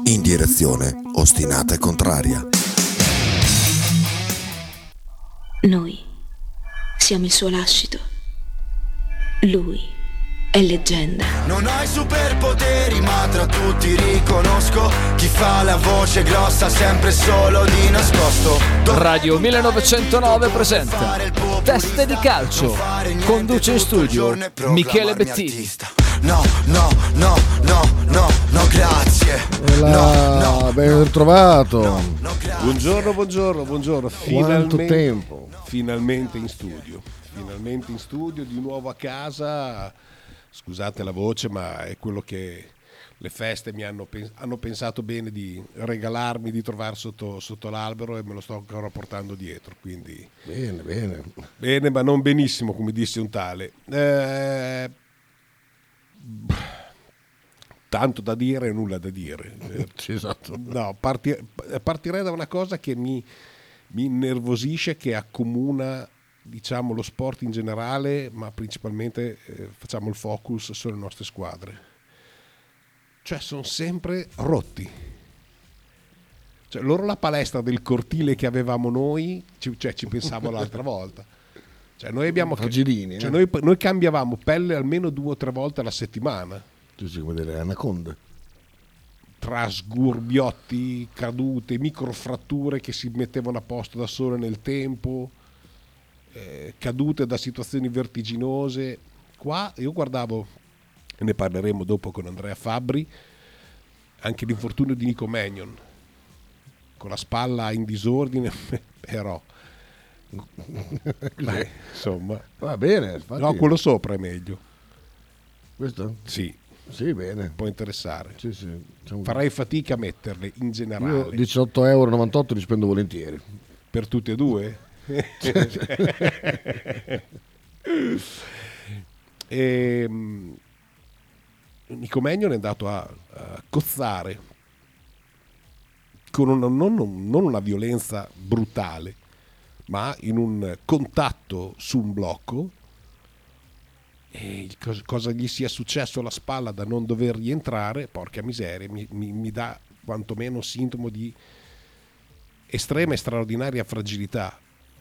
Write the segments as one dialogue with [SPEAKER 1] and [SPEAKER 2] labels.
[SPEAKER 1] in direzione ostinata e contraria.
[SPEAKER 2] Noi siamo il suo lascito. Lui è leggenda.
[SPEAKER 3] Non hai superpoteri, ma tra tutti riconosco chi fa la voce grossa sempre solo di nascosto.
[SPEAKER 4] Radio 1909 presenta Teste di calcio. Conduce in studio Michele Bettini.
[SPEAKER 3] No, grazie.
[SPEAKER 5] No, ben trovato.
[SPEAKER 6] Buongiorno.
[SPEAKER 5] Quanto tempo?
[SPEAKER 6] Finalmente in studio, di nuovo a casa. Scusate la voce, ma è quello che le feste mi hanno pensato bene di regalarmi, di trovare sotto l'albero, e me lo sto ancora portando dietro, quindi bene, ma non benissimo, come disse un tale. Tanto da dire e nulla da dire.
[SPEAKER 5] Esatto.
[SPEAKER 6] No, partirei da una cosa che mi innervosisce, che accomuna, diciamo, lo sport in generale, ma principalmente facciamo il focus sulle nostre squadre. Cioè, sono sempre rotti. Cioè, loro la palestra del cortile che avevamo noi, ci pensavo l'altra volta. Cioè, noi abbiamo
[SPEAKER 5] fragilini,
[SPEAKER 6] cioè, noi cambiavamo pelle almeno 2 o 3 volte alla settimana.
[SPEAKER 5] Tu sei come delle anaconde.
[SPEAKER 6] Tra sgurbiotti, cadute, microfratture che si mettevano a posto da sole nel tempo, cadute da situazioni vertiginose. Qua io guardavo, e ne parleremo dopo con Andrea Fabbri, anche l'infortunio di Nico Mannion con la spalla in disordine, però insomma
[SPEAKER 5] va bene, infatti.
[SPEAKER 6] No, quello sopra è meglio.
[SPEAKER 5] Questo?
[SPEAKER 6] Sì,
[SPEAKER 5] bene,
[SPEAKER 6] può interessare.
[SPEAKER 5] sì.
[SPEAKER 6] Farei fatica a metterle in generale.
[SPEAKER 5] Io 18,98 € li spendo volentieri
[SPEAKER 6] per tutte e due. Nico Mannion è andato a cozzare con non una violenza brutale, ma in un contatto su un blocco, e cosa gli sia successo alla spalla da non dover rientrare, porca miseria, mi dà quantomeno sintomo di estrema e straordinaria fragilità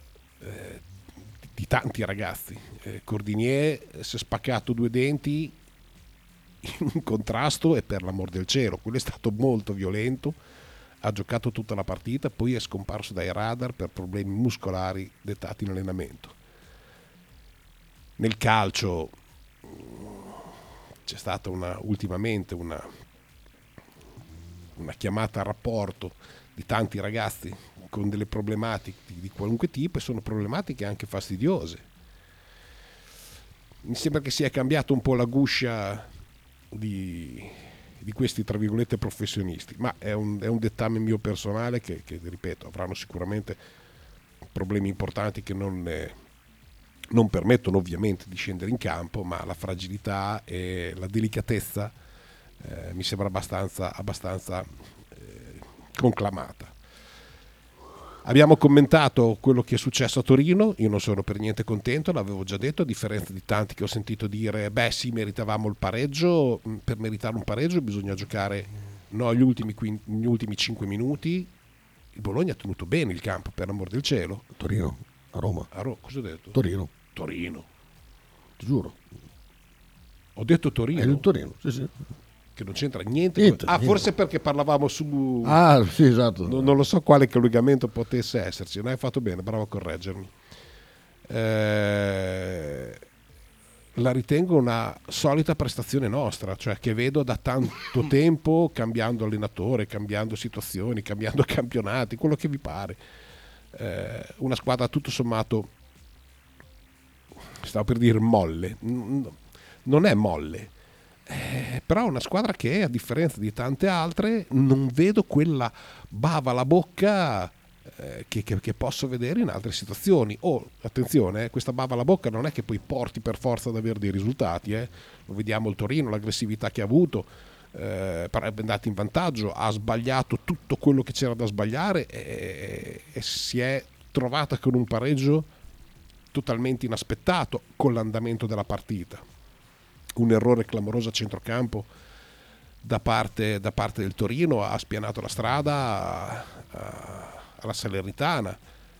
[SPEAKER 6] di tanti ragazzi. Cordinier si è spaccato 2 denti in contrasto, e per l'amor del cielo, quello è stato molto violento. Ha giocato tutta la partita, poi è scomparso dai radar per problemi muscolari dettati in allenamento. Nel calcio c'è stata ultimamente una chiamata a rapporto di tanti ragazzi con delle problematiche di qualunque tipo, e sono problematiche anche fastidiose. Mi sembra che sia cambiato un po' la guscia di questi, tra virgolette, professionisti, ma è un dettame mio personale che ripeto, avranno sicuramente problemi importanti che non permettono ovviamente di scendere in campo, ma la fragilità e la delicatezza mi sembra abbastanza conclamata. Abbiamo commentato quello che è successo a Torino. Io non sono per niente contento, l'avevo già detto, a differenza di tanti che ho sentito dire sì, meritavamo il pareggio. Per meritare un pareggio bisogna giocare gli ultimi 5 minuti. Il Bologna ha tenuto bene il campo, per amor del cielo.
[SPEAKER 5] Torino, a Roma.
[SPEAKER 6] Cosa ho detto?
[SPEAKER 5] Torino,
[SPEAKER 6] ti
[SPEAKER 5] giuro.
[SPEAKER 6] Ho detto Torino.
[SPEAKER 5] È il Torino, sì.
[SPEAKER 6] Che non c'entra niente.
[SPEAKER 5] Niente.
[SPEAKER 6] Forse perché parlavamo su...
[SPEAKER 5] sì, esatto.
[SPEAKER 6] Non lo so quale collegamento potesse esserci. Non hai fatto bene, bravo a correggermi. La ritengo una solita prestazione nostra, cioè che vedo da tanto tempo, cambiando allenatore, cambiando situazioni, cambiando campionati, quello che vi pare. Una squadra tutto sommato, stavo per dire molle, non è molle. Però una squadra che, a differenza di tante altre, non vedo quella bava alla bocca che posso vedere in altre situazioni. Attenzione, questa bava alla bocca non è che poi porti per forza ad avere dei risultati. Lo vediamo il Torino, l'aggressività che ha avuto, è andato in vantaggio, ha sbagliato tutto quello che c'era da sbagliare, e si è trovata con un pareggio totalmente inaspettato con l'andamento della partita. Un errore clamoroso a centrocampo da parte del Torino ha spianato la strada alla Salernitana.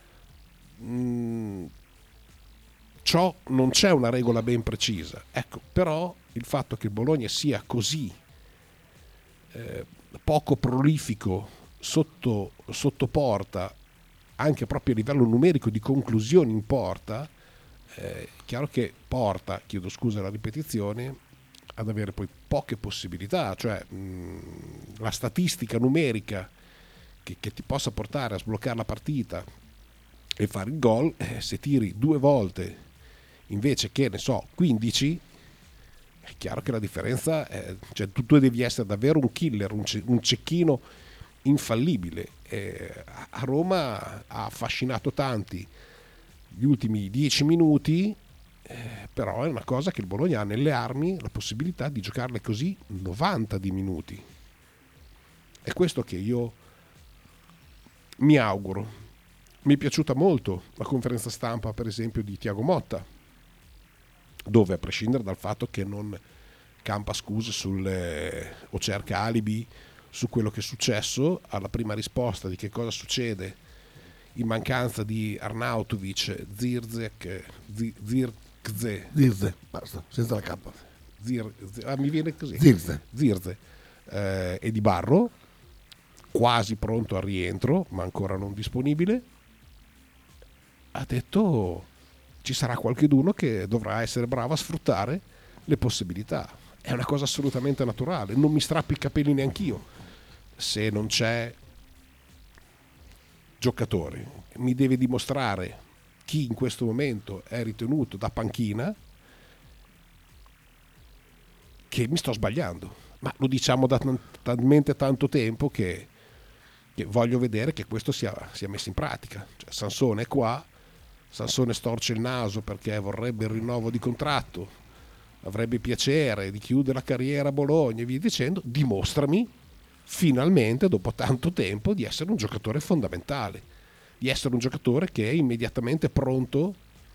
[SPEAKER 6] Ciò non c'è una regola ben precisa, ecco, però il fatto che il Bologna sia così poco prolifico sotto porta, anche proprio a livello numerico di conclusioni in porta, è chiaro che porta, chiedo scusa la ripetizione, ad avere poi poche possibilità, cioè la statistica numerica che ti possa portare a sbloccare la partita e fare il gol, se tiri 2 volte invece che, ne so, 15, è chiaro che la differenza è, cioè tu devi essere davvero un killer, un cecchino infallibile. A Roma ha affascinato tanti gli ultimi 10 minuti, però è una cosa che il Bologna ha nelle armi, la possibilità di giocarle così 90 di minuti. È questo che io mi auguro. Mi è piaciuta molto la conferenza stampa, per esempio, di Thiago Motta, dove, a prescindere dal fatto che non campa scuse o cerca alibi su quello che è successo, alla prima risposta di che cosa succede in mancanza di Arnautovic, Zirze,
[SPEAKER 5] basta, senza la K.
[SPEAKER 6] Mi viene così.
[SPEAKER 5] Zirze.
[SPEAKER 6] E Di Barro, quasi pronto al rientro, ma ancora non disponibile, ha detto ci sarà qualcheduno che dovrà essere bravo a sfruttare le possibilità. È una cosa assolutamente naturale, non mi strappo i capelli neanch'io se non c'è giocatore. Mi deve dimostrare chi in questo momento è ritenuto da panchina che mi sto sbagliando, ma lo diciamo da talmente tanto tempo che voglio vedere che questo sia messo in pratica. Cioè, Sansone è qua, Sansone storce il naso perché vorrebbe il rinnovo di contratto, avrebbe piacere di chiudere la carriera a Bologna e via dicendo. Dimostrami finalmente, dopo tanto tempo, di essere un giocatore fondamentale, di essere un giocatore che è immediatamente pronto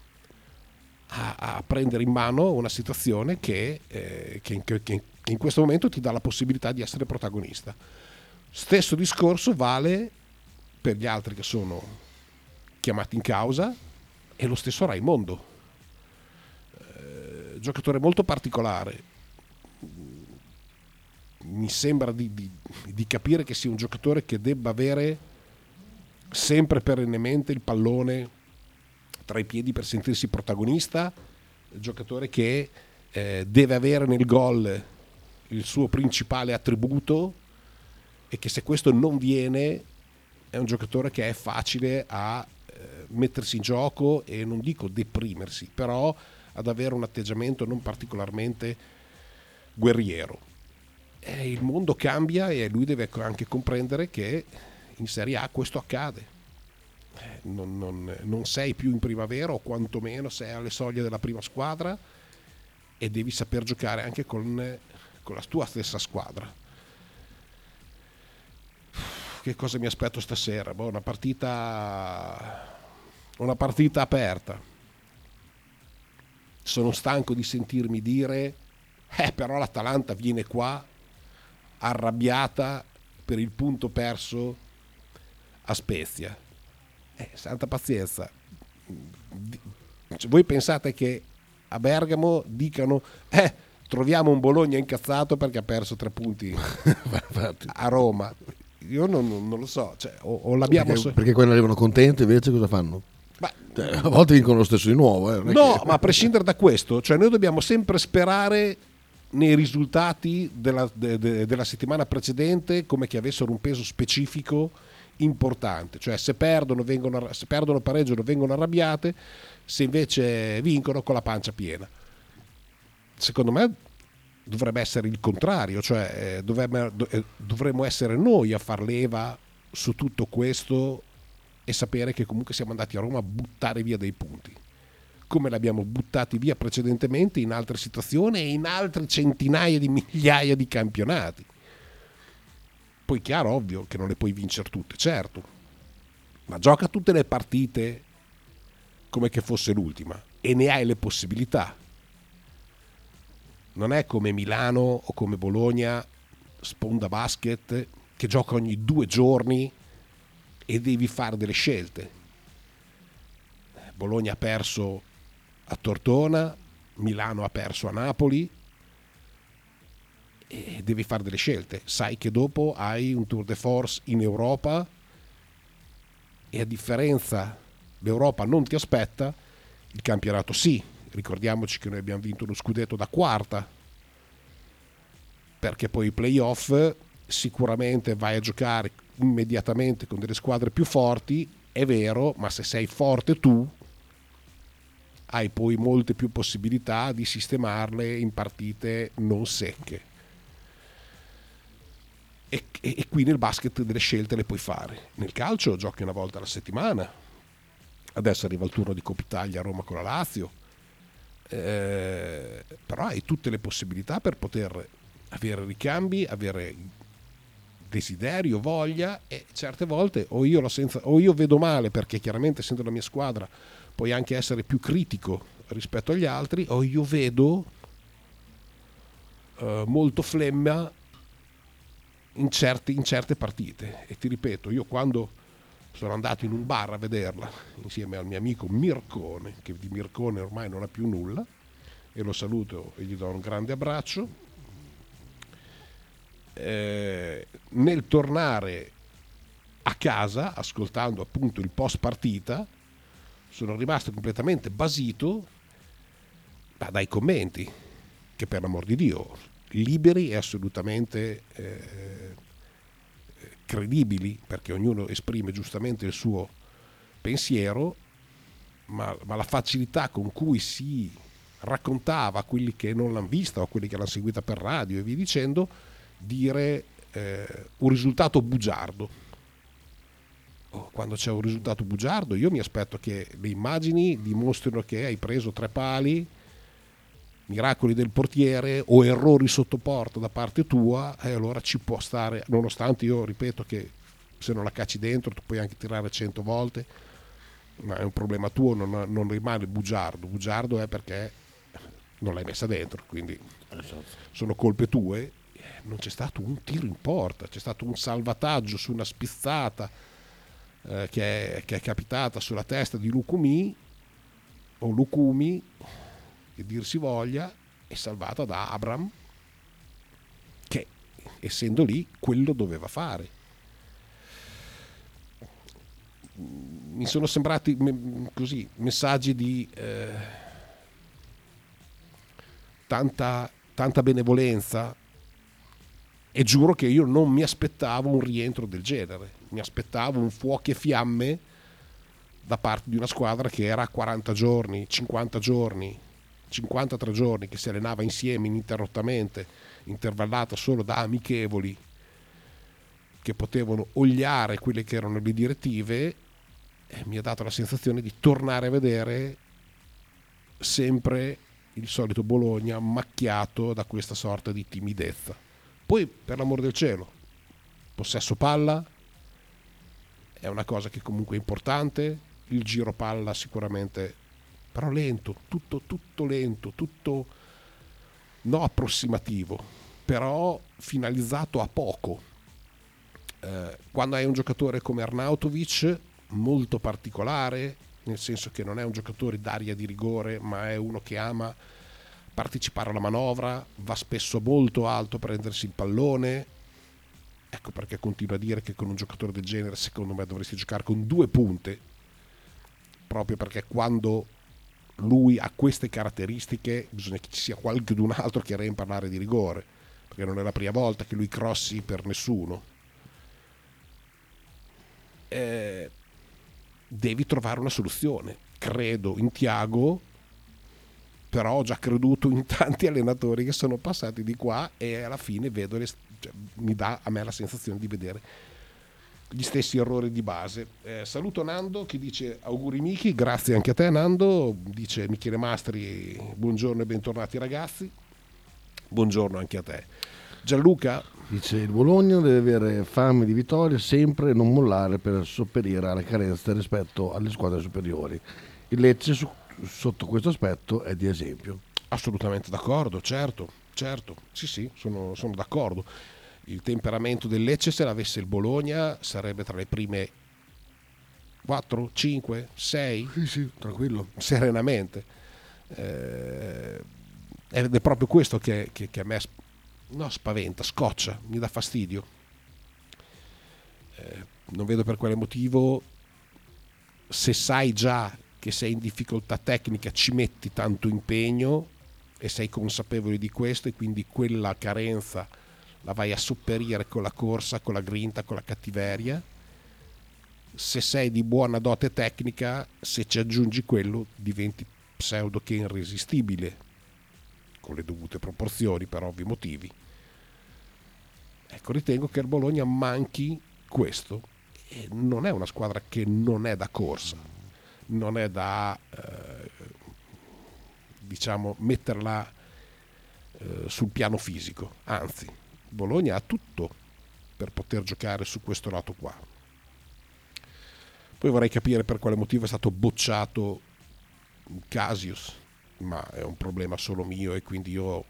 [SPEAKER 6] a prendere in mano una situazione che in questo momento ti dà la possibilità di essere protagonista. Stesso discorso vale per gli altri che sono chiamati in causa, e lo stesso Raimondo, giocatore molto particolare. Mi sembra di capire che sia un giocatore che debba avere sempre perennemente il pallone tra i piedi per sentirsi protagonista, il giocatore che deve avere nel gol il suo principale attributo, e che se questo non viene è un giocatore che è facile a mettersi in gioco e non dico deprimersi, però ad avere un atteggiamento non particolarmente guerriero. Il mondo cambia e lui deve anche comprendere che in Serie A questo accade. Non sei più in primavera, o quantomeno sei alle soglie della prima squadra, e devi saper giocare anche con la tua stessa squadra. Che cosa mi aspetto stasera? Una partita aperta. Sono stanco di sentirmi dire però l'Atalanta viene qua arrabbiata per il punto perso a Spezia. Santa pazienza. Voi pensate che a Bergamo dicano troviamo un Bologna incazzato perché ha perso 3 punti a Roma? Io non lo so, cioè, o l'abbiamo
[SPEAKER 5] perché quelli arrivano contenti, invece cosa fanno? Cioè, a volte vincono lo stesso di nuovo.
[SPEAKER 6] No, ma a prescindere da questo, cioè noi dobbiamo sempre sperare nei risultati della settimana precedente come che avessero un peso specifico importante. Cioè se perdono pareggiano, vengono arrabbiate, se invece vincono con la pancia piena. Secondo me dovrebbe essere il contrario, cioè dovremmo essere noi a far leva su tutto questo e sapere che comunque siamo andati a Roma a buttare via dei punti, come l'abbiamo buttati via precedentemente in altre situazioni e in altre centinaia di migliaia di campionati. Poi chiaro, ovvio che non le puoi vincere tutte, certo, ma gioca tutte le partite come che fosse l'ultima e ne hai le possibilità. Non è come Milano o come Bologna, sponda basket che gioca ogni 2 giorni e devi fare delle scelte. Bologna ha perso a Tortona, Milano ha perso a Napoli e devi fare delle scelte. Sai che dopo hai un tour de force in Europa e a differenza l'Europa non ti aspetta, il campionato sì. Ricordiamoci che noi abbiamo vinto lo scudetto da quarta, perché poi i playoff sicuramente vai a giocare immediatamente con delle squadre più forti, è vero, ma se sei forte tu hai poi molte più possibilità di sistemarle in partite non secche. E qui nel basket delle scelte le puoi fare. Nel calcio giochi una volta alla settimana, adesso arriva il turno di Coppa Italia a Roma con la Lazio, però hai tutte le possibilità per poter avere ricambi, avere desiderio, voglia, e certe volte o io vedo male, perché chiaramente essendo la mia squadra puoi anche essere più critico rispetto agli altri, o io vedo molto flemma in certe partite. E ti ripeto, io quando sono andato in un bar a vederla insieme al mio amico Mircone, che di Mircone ormai non ha più nulla, e lo saluto e gli do un grande abbraccio, nel tornare a casa ascoltando appunto il post partita sono rimasto completamente basito dai commenti, che per l'amor di Dio liberi e assolutamente credibili, perché ognuno esprime giustamente il suo pensiero, ma la facilità con cui si raccontava a quelli che non l'hanno vista o a quelli che l'hanno seguita per radio e via dicendo, dire un risultato bugiardo. Quando c'è un risultato bugiardo io mi aspetto che le immagini dimostrino che hai preso 3 pali, miracoli del portiere o errori sotto porta da parte tua, e allora ci può stare, nonostante io ripeto che se non la cacci dentro tu puoi anche tirare 100 volte, ma è un problema tuo, non rimane bugiardo è perché non l'hai messa dentro, quindi sono colpe tue. Non c'è stato un tiro in porta, c'è stato un salvataggio su una spizzata che è capitata sulla testa di Lucumi, che dir si voglia, è salvata da Abram, che essendo lì quello doveva fare. Mi sono sembrati così messaggi di tanta benevolenza, e giuro che io non mi aspettavo un rientro del genere, mi aspettavo un fuoco e fiamme da parte di una squadra che era 40 giorni, 50 giorni, 53 giorni che si allenava insieme ininterrottamente, intervallata solo da amichevoli che potevano ogliare quelle che erano le direttive, e mi ha dato la sensazione di tornare a vedere sempre il solito Bologna macchiato da questa sorta di timidezza. Poi, per l'amor del cielo, possesso palla è una cosa che comunque è importante, il giro palla sicuramente, però lento, tutto lento, tutto no approssimativo, però finalizzato a poco. Quando hai un giocatore come Arnautovic, molto particolare, nel senso che non è un giocatore d'aria di rigore, ma è uno che ama partecipare alla manovra, va spesso molto alto a prendersi il pallone. Ecco perché continuo a dire che con un giocatore del genere secondo me dovresti giocare con 2 punte, proprio perché quando lui ha queste caratteristiche bisogna che ci sia qualcun altro che arrivi a parlare di rigore, perché non è la prima volta che lui crossi per nessuno. Devi trovare una soluzione. Credo in Thiago, però ho già creduto in tanti allenatori che sono passati di qua, e alla fine vedo mi dà a me la sensazione di vedere gli stessi errori di base. Saluto Nando che dice auguri Miki, grazie anche a te Nando. Dice Michele Mastri buongiorno e bentornati ragazzi, buongiorno anche a te. Gianluca
[SPEAKER 5] dice il Bologna deve avere fame di vittoria sempre e non mollare per sopperire alle carenze rispetto alle squadre superiori. Il Lecce sotto questo aspetto è di esempio.
[SPEAKER 6] Assolutamente d'accordo, certo, sì, sono d'accordo. Il temperamento del Lecce, se l'avesse il Bologna, sarebbe tra le prime 4, 5, 6.
[SPEAKER 5] Sì, tranquillo.
[SPEAKER 6] Serenamente. Ed è proprio questo che a me spaventa, scoccia, mi dà fastidio. Non vedo per quale motivo, se sai già che sei in difficoltà tecnica, ci metti tanto impegno e sei consapevole di questo, e quindi quella carenza la vai a sopperire con la corsa, con la grinta, con la cattiveria. Se sei di buona dote tecnica, se ci aggiungi quello, diventi pseudo che irresistibile, con le dovute proporzioni per ovvi motivi. Ecco, ritengo che il Bologna manchi questo, e non è una squadra che non è da corsa, non è da diciamo metterla sul piano fisico, anzi Bologna ha tutto per poter giocare su questo lato qua. Poi vorrei capire per quale motivo è stato bocciato Casius, ma è un problema solo mio, e quindi io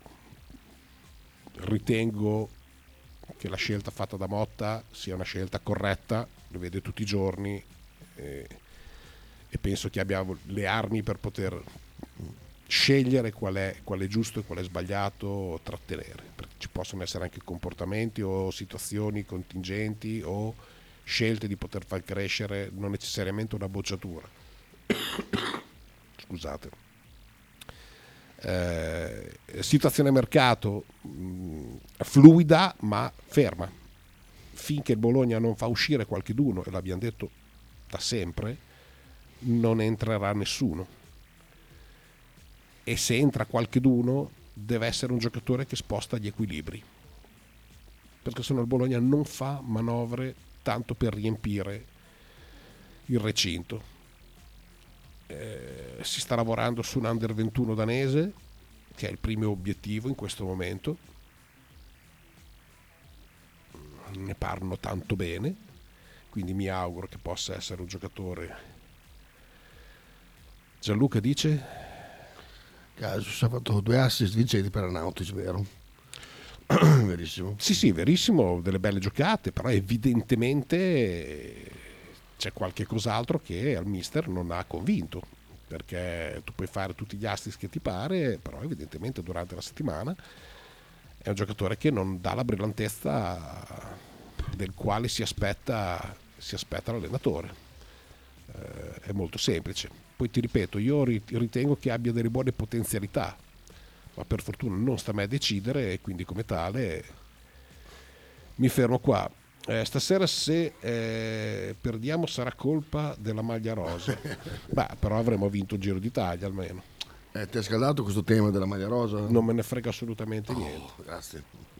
[SPEAKER 6] ritengo che la scelta fatta da Motta sia una scelta corretta, lo vede tutti i giorni, e penso che abbia le armi per poter scegliere qual è giusto e qual è sbagliato trattenere, perché ci possono essere anche comportamenti o situazioni contingenti o scelte di poter far crescere, non necessariamente una bocciatura. Scusate. Situazione mercato fluida ma ferma. Finché il Bologna non fa uscire qualcheduno, e l'abbiamo detto da sempre, non entrerà nessuno. E se entra qualcheduno deve essere un giocatore che sposta gli equilibri, perché sennò il Bologna non fa manovre tanto per riempire il recinto. Si sta lavorando su un under 21 danese, che è il primo obiettivo in questo momento. Ne parlano tanto bene, quindi mi auguro che possa essere un giocatore. Gianluca dice
[SPEAKER 5] Casus ha fatto 2 assist vincenti per Arnautis, vero? Verissimo.
[SPEAKER 6] Sì, verissimo, delle belle giocate, però evidentemente c'è qualche cos'altro che al mister non ha convinto, perché tu puoi fare tutti gli assist che ti pare, però evidentemente durante la settimana è un giocatore che non dà la brillantezza del quale si aspetta l'allenatore. È molto semplice. Poi ti ripeto, io ritengo che abbia delle buone potenzialità, ma per fortuna non sta a me a decidere, e quindi come tale mi fermo qua. Stasera se perdiamo sarà colpa della maglia rosa. Beh, però avremo vinto il Giro d'Italia almeno.
[SPEAKER 5] Ti ha scaldato questo tema della maglia rosa?
[SPEAKER 6] Non me ne frega assolutamente niente.
[SPEAKER 5] Grazie.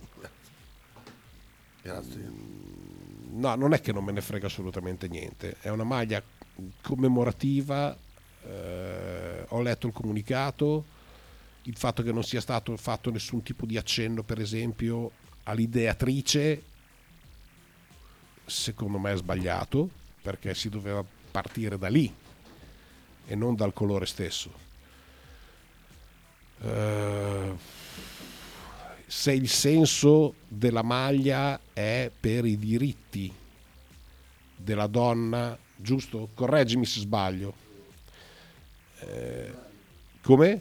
[SPEAKER 6] No, non è che non me ne frega assolutamente niente, è una maglia commemorativa. Ho letto il comunicato, il fatto che non sia stato fatto nessun tipo di accenno, per esempio, all'ideatrice, secondo me è sbagliato, perché si doveva partire da lì e non dal colore stesso. Se il senso della maglia è per i diritti della donna, giusto? Correggimi se sbaglio. Come?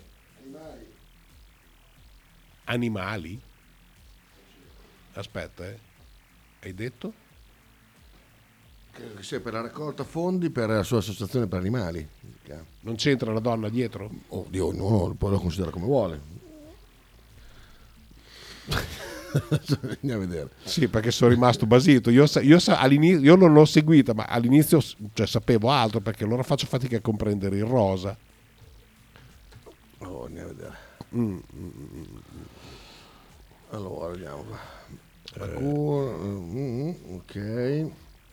[SPEAKER 6] Animali? Aspetta, hai detto?
[SPEAKER 5] Che sia per la raccolta fondi per la sua associazione per animali.
[SPEAKER 6] Non c'entra la donna dietro?
[SPEAKER 5] Oddio, ognuno poi lo considera come vuole. Andiamo a vedere.
[SPEAKER 6] Sì, perché sono rimasto basito. Io all'inizio, io non l'ho seguita, ma all'inizio sapevo altro, perché allora faccio fatica a comprendere il rosa.
[SPEAKER 5] Andiamo a vedere. Allora, vediamo. Ok.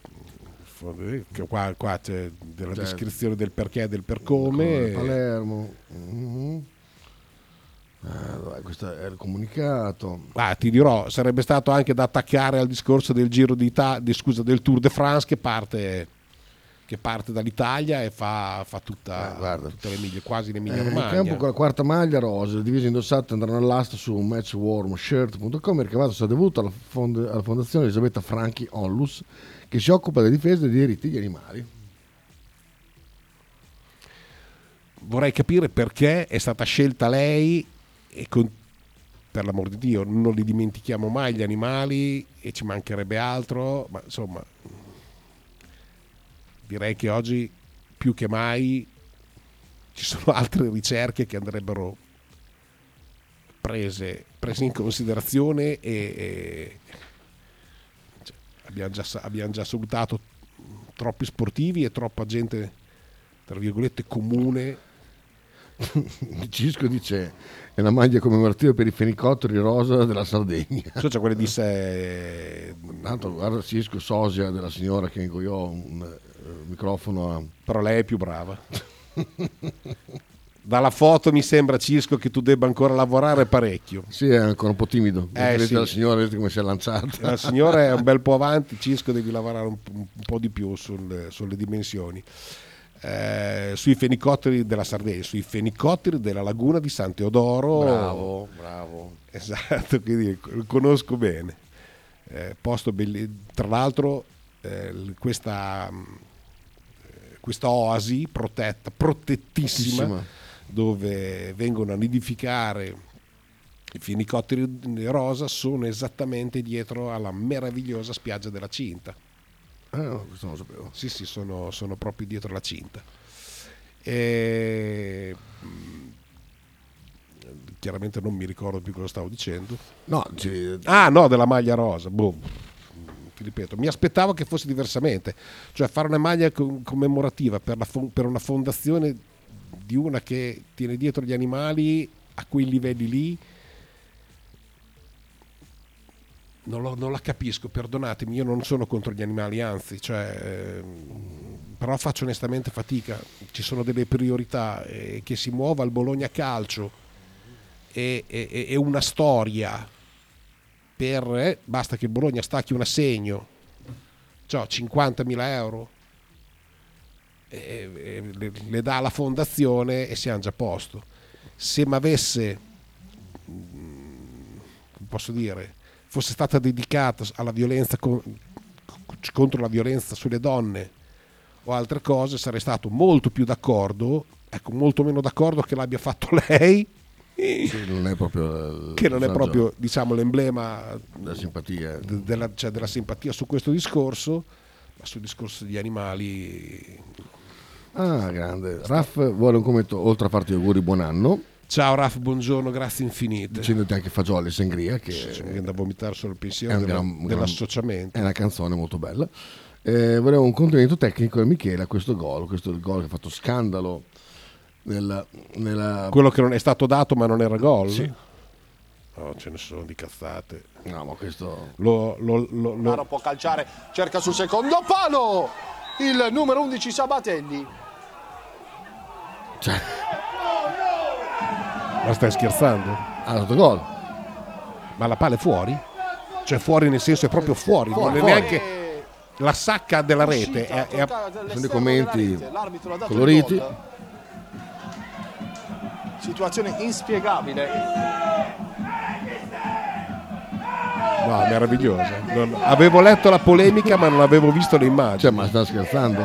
[SPEAKER 6] Qua c'è della descrizione del perché e del per come.
[SPEAKER 5] Palermo. Questo è il comunicato.
[SPEAKER 6] Ti dirò, sarebbe stato anche da attaccare al discorso del Giro d'Italia, del Tour de France, che che parte dall'Italia e fa tutte le miglie, quasi l'Emilia Romagna.
[SPEAKER 5] In campo con la quarta maglia rosa, le divise indossate andranno all'asta su matchwarmshirt.com. Il ricavato sarà dovuto alla Fondazione Elisabetta Franchi Onlus, che si occupa della difesa dei diritti degli animali.
[SPEAKER 6] Vorrei capire perché è stata scelta lei e per l'amor di Dio non li dimentichiamo mai gli animali, e ci mancherebbe altro, ma insomma direi che oggi più che mai ci sono altre ricerche che andrebbero prese in considerazione e cioè, abbiamo già salutato troppi sportivi e troppa gente tra virgolette comune.
[SPEAKER 5] Cisco dice è una maglia commemorativa per i fenicotteri rosa della Sardegna.
[SPEAKER 6] C'è quelle di sé.
[SPEAKER 5] Tanto guarda Cisco, sosia della signora che ingoiò un microfono
[SPEAKER 6] però lei è più brava. Dalla foto mi sembra, Cisco, che tu debba ancora lavorare parecchio.
[SPEAKER 5] Sì, è ancora un po' timido.
[SPEAKER 6] Sì.
[SPEAKER 5] La signora, vedete come si è lanciata.
[SPEAKER 6] La signora è un bel po' avanti, Cisco devi lavorare un po' di più sulle dimensioni. Sui fenicotteri della Sardegna, sui fenicotteri della laguna di San Teodoro.
[SPEAKER 5] Bravo.
[SPEAKER 6] Esatto, quindi lo conosco bene. Posto tra l'altro questa oasi protettissima, dove vengono a nidificare i fenicotteri rosa, sono esattamente dietro alla meravigliosa spiaggia della Cinta.
[SPEAKER 5] No, questo non lo sapevo.
[SPEAKER 6] Sì, sono proprio dietro la Cinta. Chiaramente non mi ricordo più cosa stavo dicendo.
[SPEAKER 5] No,
[SPEAKER 6] della maglia rosa. Boh. Ti ripeto, mi aspettavo che fosse diversamente, cioè fare una maglia commemorativa per una fondazione di una che tiene dietro gli animali a quei livelli lì. Non la capisco, perdonatemi, io non sono contro gli animali, anzi, però faccio onestamente fatica. Ci sono delle priorità, che si muova il Bologna Calcio e una storia basta che il Bologna stacchi un assegno, cioè 50.000 euro, le dà alla fondazione e siamo già a posto. Se mi avesse, posso dire, fosse stata dedicata alla violenza contro la violenza sulle donne o altre cose, sarei stato molto più d'accordo, molto meno d'accordo che l'abbia fatto lei.
[SPEAKER 5] Sì, non è proprio
[SPEAKER 6] diciamo l'emblema
[SPEAKER 5] della simpatia,
[SPEAKER 6] della simpatia su questo discorso, ma sul discorso degli animali.
[SPEAKER 5] Grande. Raff vuole un commento, oltre a farti auguri buon anno.
[SPEAKER 6] Ciao Raff, buongiorno, grazie infinite.
[SPEAKER 5] Dicendoti anche fagioli e sangria, che
[SPEAKER 6] mi viene da vomitare solo il pensiero dell'associamento.
[SPEAKER 5] È una canzone molto bella. Volevo un complimento tecnico a Michele a questo è il gol che ha fatto scandalo
[SPEAKER 6] quello che non è stato dato ma non era gol.
[SPEAKER 5] Sì.
[SPEAKER 6] No, ce ne sono di cazzate.
[SPEAKER 5] No, ma questo
[SPEAKER 7] Maro può calciare, cerca sul secondo palo il numero 11 Sabatelli.
[SPEAKER 6] Ma stai scherzando?
[SPEAKER 5] Ha dato gol.
[SPEAKER 6] Ma la palla è fuori? Cioè fuori nel senso è proprio fuori. Non è neanche la sacca della rete.
[SPEAKER 5] Sono dei commenti coloriti.
[SPEAKER 7] Situazione inspiegabile.
[SPEAKER 6] No, meravigliosa. Avevo letto la polemica ma non avevo visto le immagini.
[SPEAKER 5] Ma sta scherzando?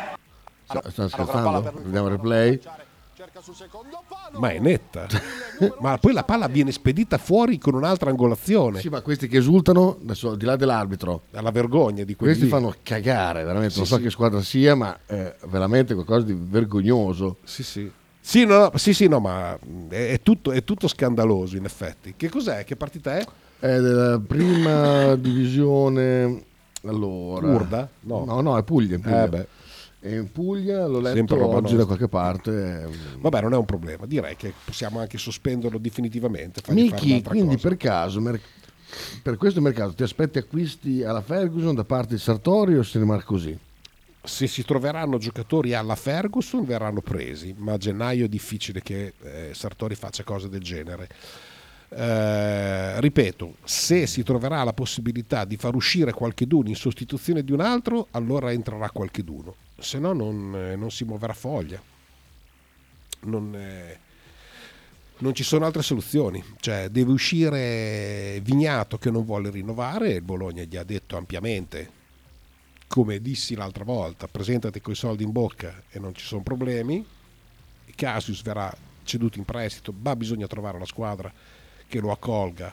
[SPEAKER 5] Vediamo il replay.
[SPEAKER 6] Ma è netta. Ma poi la palla viene spedita fuori con un'altra angolazione.
[SPEAKER 5] Sì, ma questi che esultano, adesso al di là dell'arbitro,
[SPEAKER 6] alla vergogna di quelli.
[SPEAKER 5] Questi fanno cagare, veramente. Non so che squadra sia, ma è veramente qualcosa di vergognoso.
[SPEAKER 6] Sì, no, ma è tutto scandaloso in effetti. Che cos'è? Che partita è?
[SPEAKER 5] È della prima divisione. Allora,
[SPEAKER 6] Urda?
[SPEAKER 5] No, è Puglia. E in Puglia l'ho letto oggi da qualche parte.
[SPEAKER 6] Vabbè, non è un problema. Direi che possiamo anche sospenderlo definitivamente.
[SPEAKER 5] Miki, quindi per caso, per questo mercato ti aspetti acquisti alla Ferguson da parte di Sartori o se ne rimane così?
[SPEAKER 6] Se si troveranno giocatori alla Ferguson verranno presi, ma a gennaio è difficile che Sartori faccia cose del genere. Ripeto, se si troverà la possibilità di far uscire qualcheduno in sostituzione di un altro, allora entrerà qualcheduno, se no non si muoverà foglia. Non ci sono altre soluzioni, cioè deve uscire Vignato che non vuole rinnovare, il Bologna gli ha detto ampiamente, come dissi l'altra volta, presentati coi soldi in bocca e non ci sono problemi. Casius verrà ceduto in prestito, ma bisogna trovare una squadra che lo accolga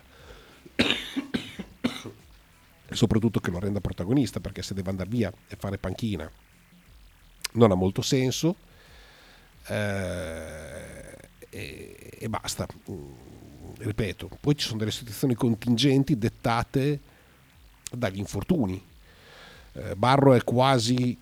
[SPEAKER 6] e soprattutto che lo renda protagonista, perché se deve andare via e fare panchina non ha molto senso. E basta, ripeto. Poi ci sono delle situazioni contingenti dettate dagli infortuni. Barro è quasi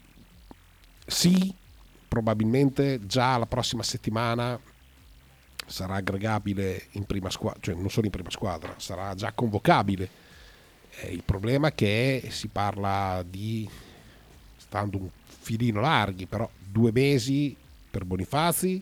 [SPEAKER 6] probabilmente già la prossima settimana sarà aggregabile in prima squadra, cioè non solo in prima squadra, sarà già convocabile. Il problema è che si parla di, stando un filino larghi, però 2 mesi per Bonifazi,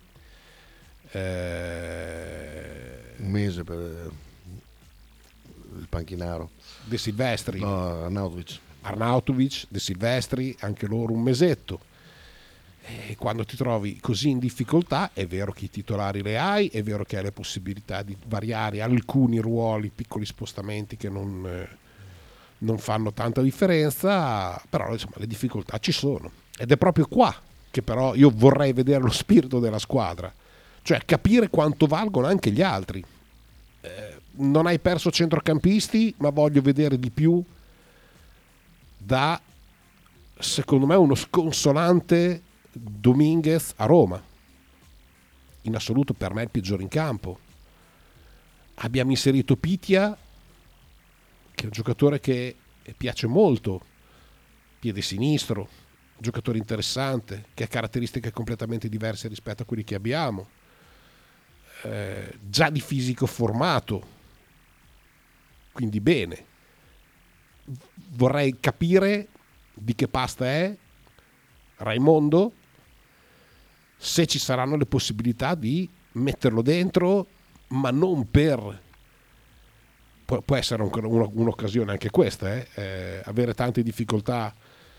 [SPEAKER 5] un mese per il panchinaro,
[SPEAKER 6] De Silvestri,
[SPEAKER 5] no,
[SPEAKER 6] Arnautovic, De Silvestri, anche loro un mesetto. E quando ti trovi così in difficoltà, è vero che i titolari le hai, è vero che hai le possibilità di variare alcuni ruoli, piccoli spostamenti che non fanno tanta differenza, però insomma le difficoltà ci sono, ed è proprio qua che però io vorrei vedere lo spirito della squadra, cioè capire quanto valgono anche gli altri. Non hai perso centrocampisti, ma voglio vedere di più da, secondo me, uno sconsolante Dominguez a Roma, in assoluto per me il peggiore in campo. Abbiamo inserito Pitia, che è un giocatore che piace molto, piede sinistro, giocatore interessante, che ha caratteristiche completamente diverse rispetto a quelli che abbiamo, già di fisico formato, quindi bene. Vorrei capire di che pasta è Raimondo, se ci saranno le possibilità di metterlo dentro, ma non per, può essere un'occasione anche questa, avere tante difficoltà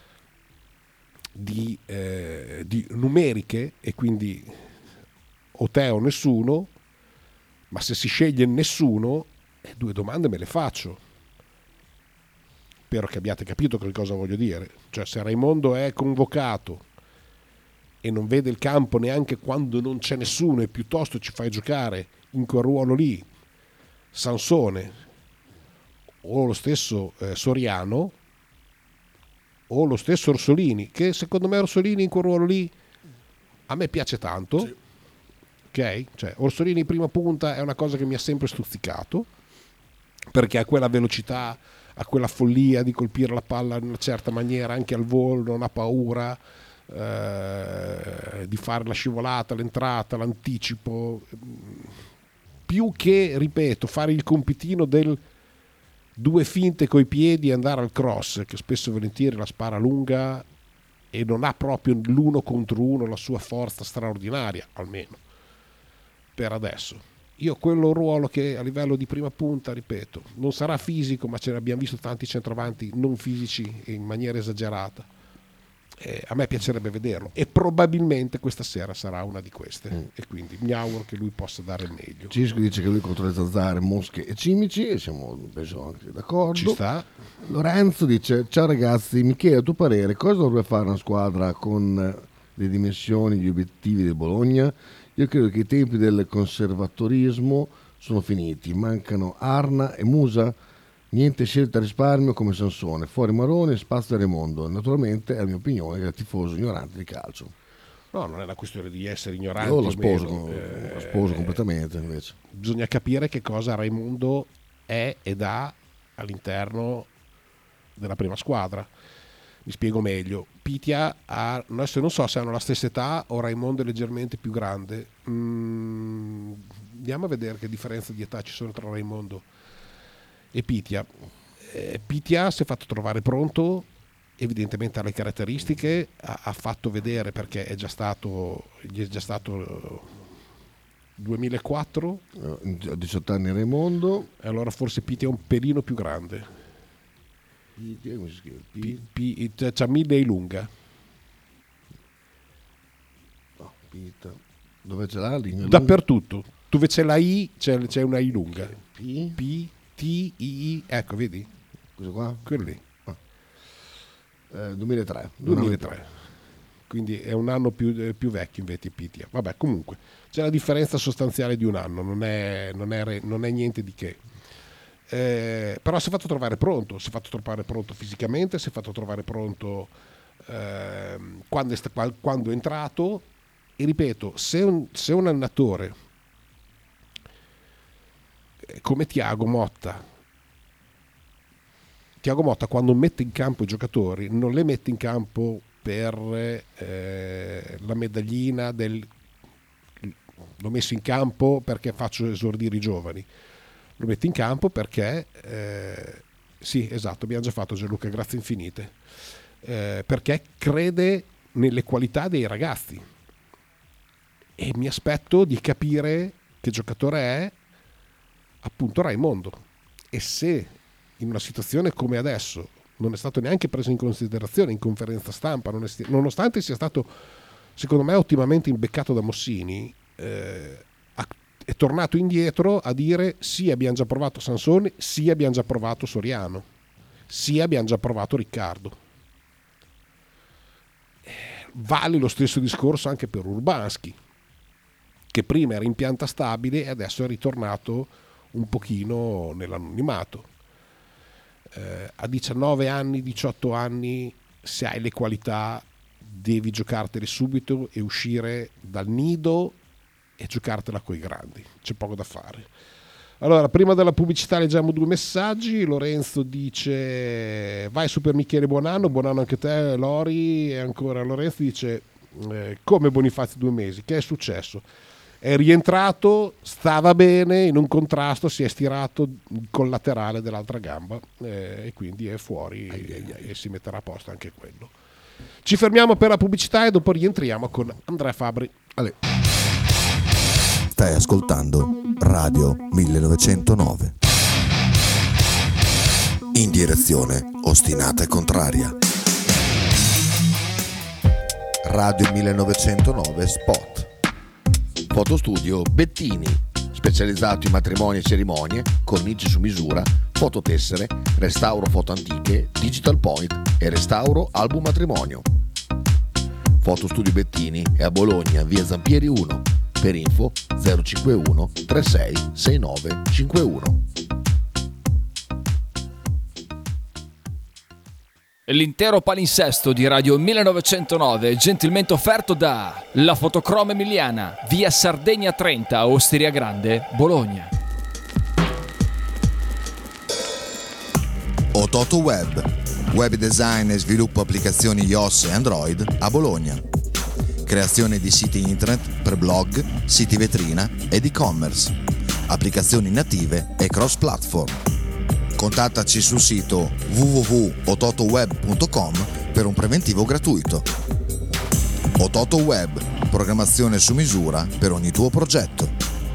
[SPEAKER 6] di numeriche e quindi o te o nessuno, ma se si sceglie nessuno, 2 domande me le faccio. Spero che abbiate capito che cosa voglio dire. Cioè, se Raimondo è convocato e non vede il campo neanche quando non c'è nessuno e piuttosto ci fai giocare in quel ruolo lì Sansone o lo stesso Soriano o lo stesso Orsolini, che secondo me Orsolini in quel ruolo lì a me piace tanto, sì. Ok? Cioè, Orsolini in prima punta è una cosa che mi ha sempre stuzzicato, perché ha quella velocità, ha quella follia di colpire la palla in una certa maniera anche al volo, non ha paura di fare la scivolata, l'entrata, l'anticipo, più che, ripeto, fare il compitino del 2 finte coi piedi e andare al cross, che spesso e volentieri la spara lunga e non ha proprio l'1 contro 1 la sua forza straordinaria, almeno per adesso. Io quello ruolo che a livello di prima punta, ripeto, non sarà fisico, ma ce ne abbiamo visto tanti centravanti non fisici in maniera esagerata. A me piacerebbe vederlo e probabilmente questa sera sarà una di queste, e quindi mi auguro che lui possa dare il meglio.
[SPEAKER 5] Cisco dice che lui contro le zanzare, mosche e cimici, e siamo penso anche d'accordo.
[SPEAKER 6] Ci sta.
[SPEAKER 5] Lorenzo dice: ciao ragazzi, Michele, a tuo parere cosa dovrebbe fare una squadra con le dimensioni, gli obiettivi del Bologna? Io credo che i tempi del conservatorismo sono finiti, mancano Arna e Musa. Niente scelta a risparmio come Sansone, fuori Marone, spazio a Raimondo. Naturalmente è la mia opinione, che è tifoso ignorante di calcio.
[SPEAKER 6] No, non è una questione di essere ignoranti.
[SPEAKER 5] Io lo sposo completamente invece.
[SPEAKER 6] Bisogna capire che cosa Raimondo è ed ha all'interno della prima squadra. Mi spiego meglio. Pitia ha, adesso non so se hanno la stessa età o Raimondo è leggermente più grande. Andiamo a vedere che differenza di età ci sono tra Raimondo e Pitia. Pitia si è fatto trovare pronto, evidentemente ha le caratteristiche, ha fatto vedere, perché gli è già stato 2004.
[SPEAKER 5] A 18 anni Raimondo.
[SPEAKER 6] E allora forse Piti è un pelino più grande.
[SPEAKER 5] Piti, come si scrive?
[SPEAKER 6] C'ha 1000 e lunga.
[SPEAKER 5] No, Pita. Dove ce l'ha?
[SPEAKER 6] Dappertutto. Dove c'è la I c'è una I lunga.
[SPEAKER 5] P,
[SPEAKER 6] T, I, ecco, vedi?
[SPEAKER 5] Cosa qua?
[SPEAKER 6] Quello lì.
[SPEAKER 5] 2003.
[SPEAKER 6] Quindi è un anno più vecchio invece Pitia. Vabbè, comunque c'è la differenza sostanziale di un anno, non è niente di che. Però si è fatto trovare pronto fisicamente, si è fatto trovare pronto quando è entrato. E ripeto, se un allenatore come Thiago Motta quando mette in campo i giocatori non le mette in campo per la medaglina l'ho messo in campo perché faccio esordire i giovani, lo mette in campo perché sì, esatto, abbiamo già fatto, Gianluca, grazie infinite, perché crede nelle qualità dei ragazzi e mi aspetto di capire che giocatore è appunto Raimondo. E se in una situazione come adesso non è stato neanche preso in considerazione in conferenza stampa, nonostante sia stato secondo me ottimamente imbeccato da Mossini, è tornato indietro a dire sì, abbiamo già provato Sansone, sì, abbiamo già provato Soriano, sì, abbiamo già provato Riccardo. Vale lo stesso discorso anche per Urbanski, che prima era in pianta stabile e adesso è ritornato un pochino nell'anonimato. A 19 anni, 18 anni, se hai le qualità devi giocartele subito e uscire dal nido e giocartela coi grandi, c'è poco da fare. Allora, prima della pubblicità leggiamo 2 messaggi. Lorenzo dice vai su per Michele Buonanno anche te Lori, e ancora Lorenzo dice come Bonifazio 2 mesi, che è successo? È rientrato, stava bene, in un contrasto si è stirato il collaterale dell'altra gamba e quindi è fuori e si metterà a posto anche quello. Ci fermiamo per la pubblicità e dopo rientriamo con Andrea Fabri.
[SPEAKER 5] Allora.
[SPEAKER 1] Stai ascoltando Radio 1909. In direzione ostinata e contraria. Radio 1909 Spot. Fotostudio Bettini, specializzato in matrimoni e cerimonie, cornici su misura, fototessere, restauro foto antiche, digital point e restauro album matrimonio. Fotostudio Bettini è a Bologna, via Zampieri 1. Per info 051 36 69 51.
[SPEAKER 4] L'intero palinsesto di Radio 1909 è gentilmente offerto da La Fotocroma Emiliana, via Sardegna 30, Osteria Grande, Bologna.
[SPEAKER 1] Ototo Web, web design e sviluppo applicazioni iOS e Android a Bologna. Creazione di siti internet per blog, siti vetrina ed e-commerce, applicazioni native e cross-platform. Contattaci sul sito www.ototoweb.com per un preventivo gratuito. Ototo Web, programmazione su misura per ogni tuo progetto.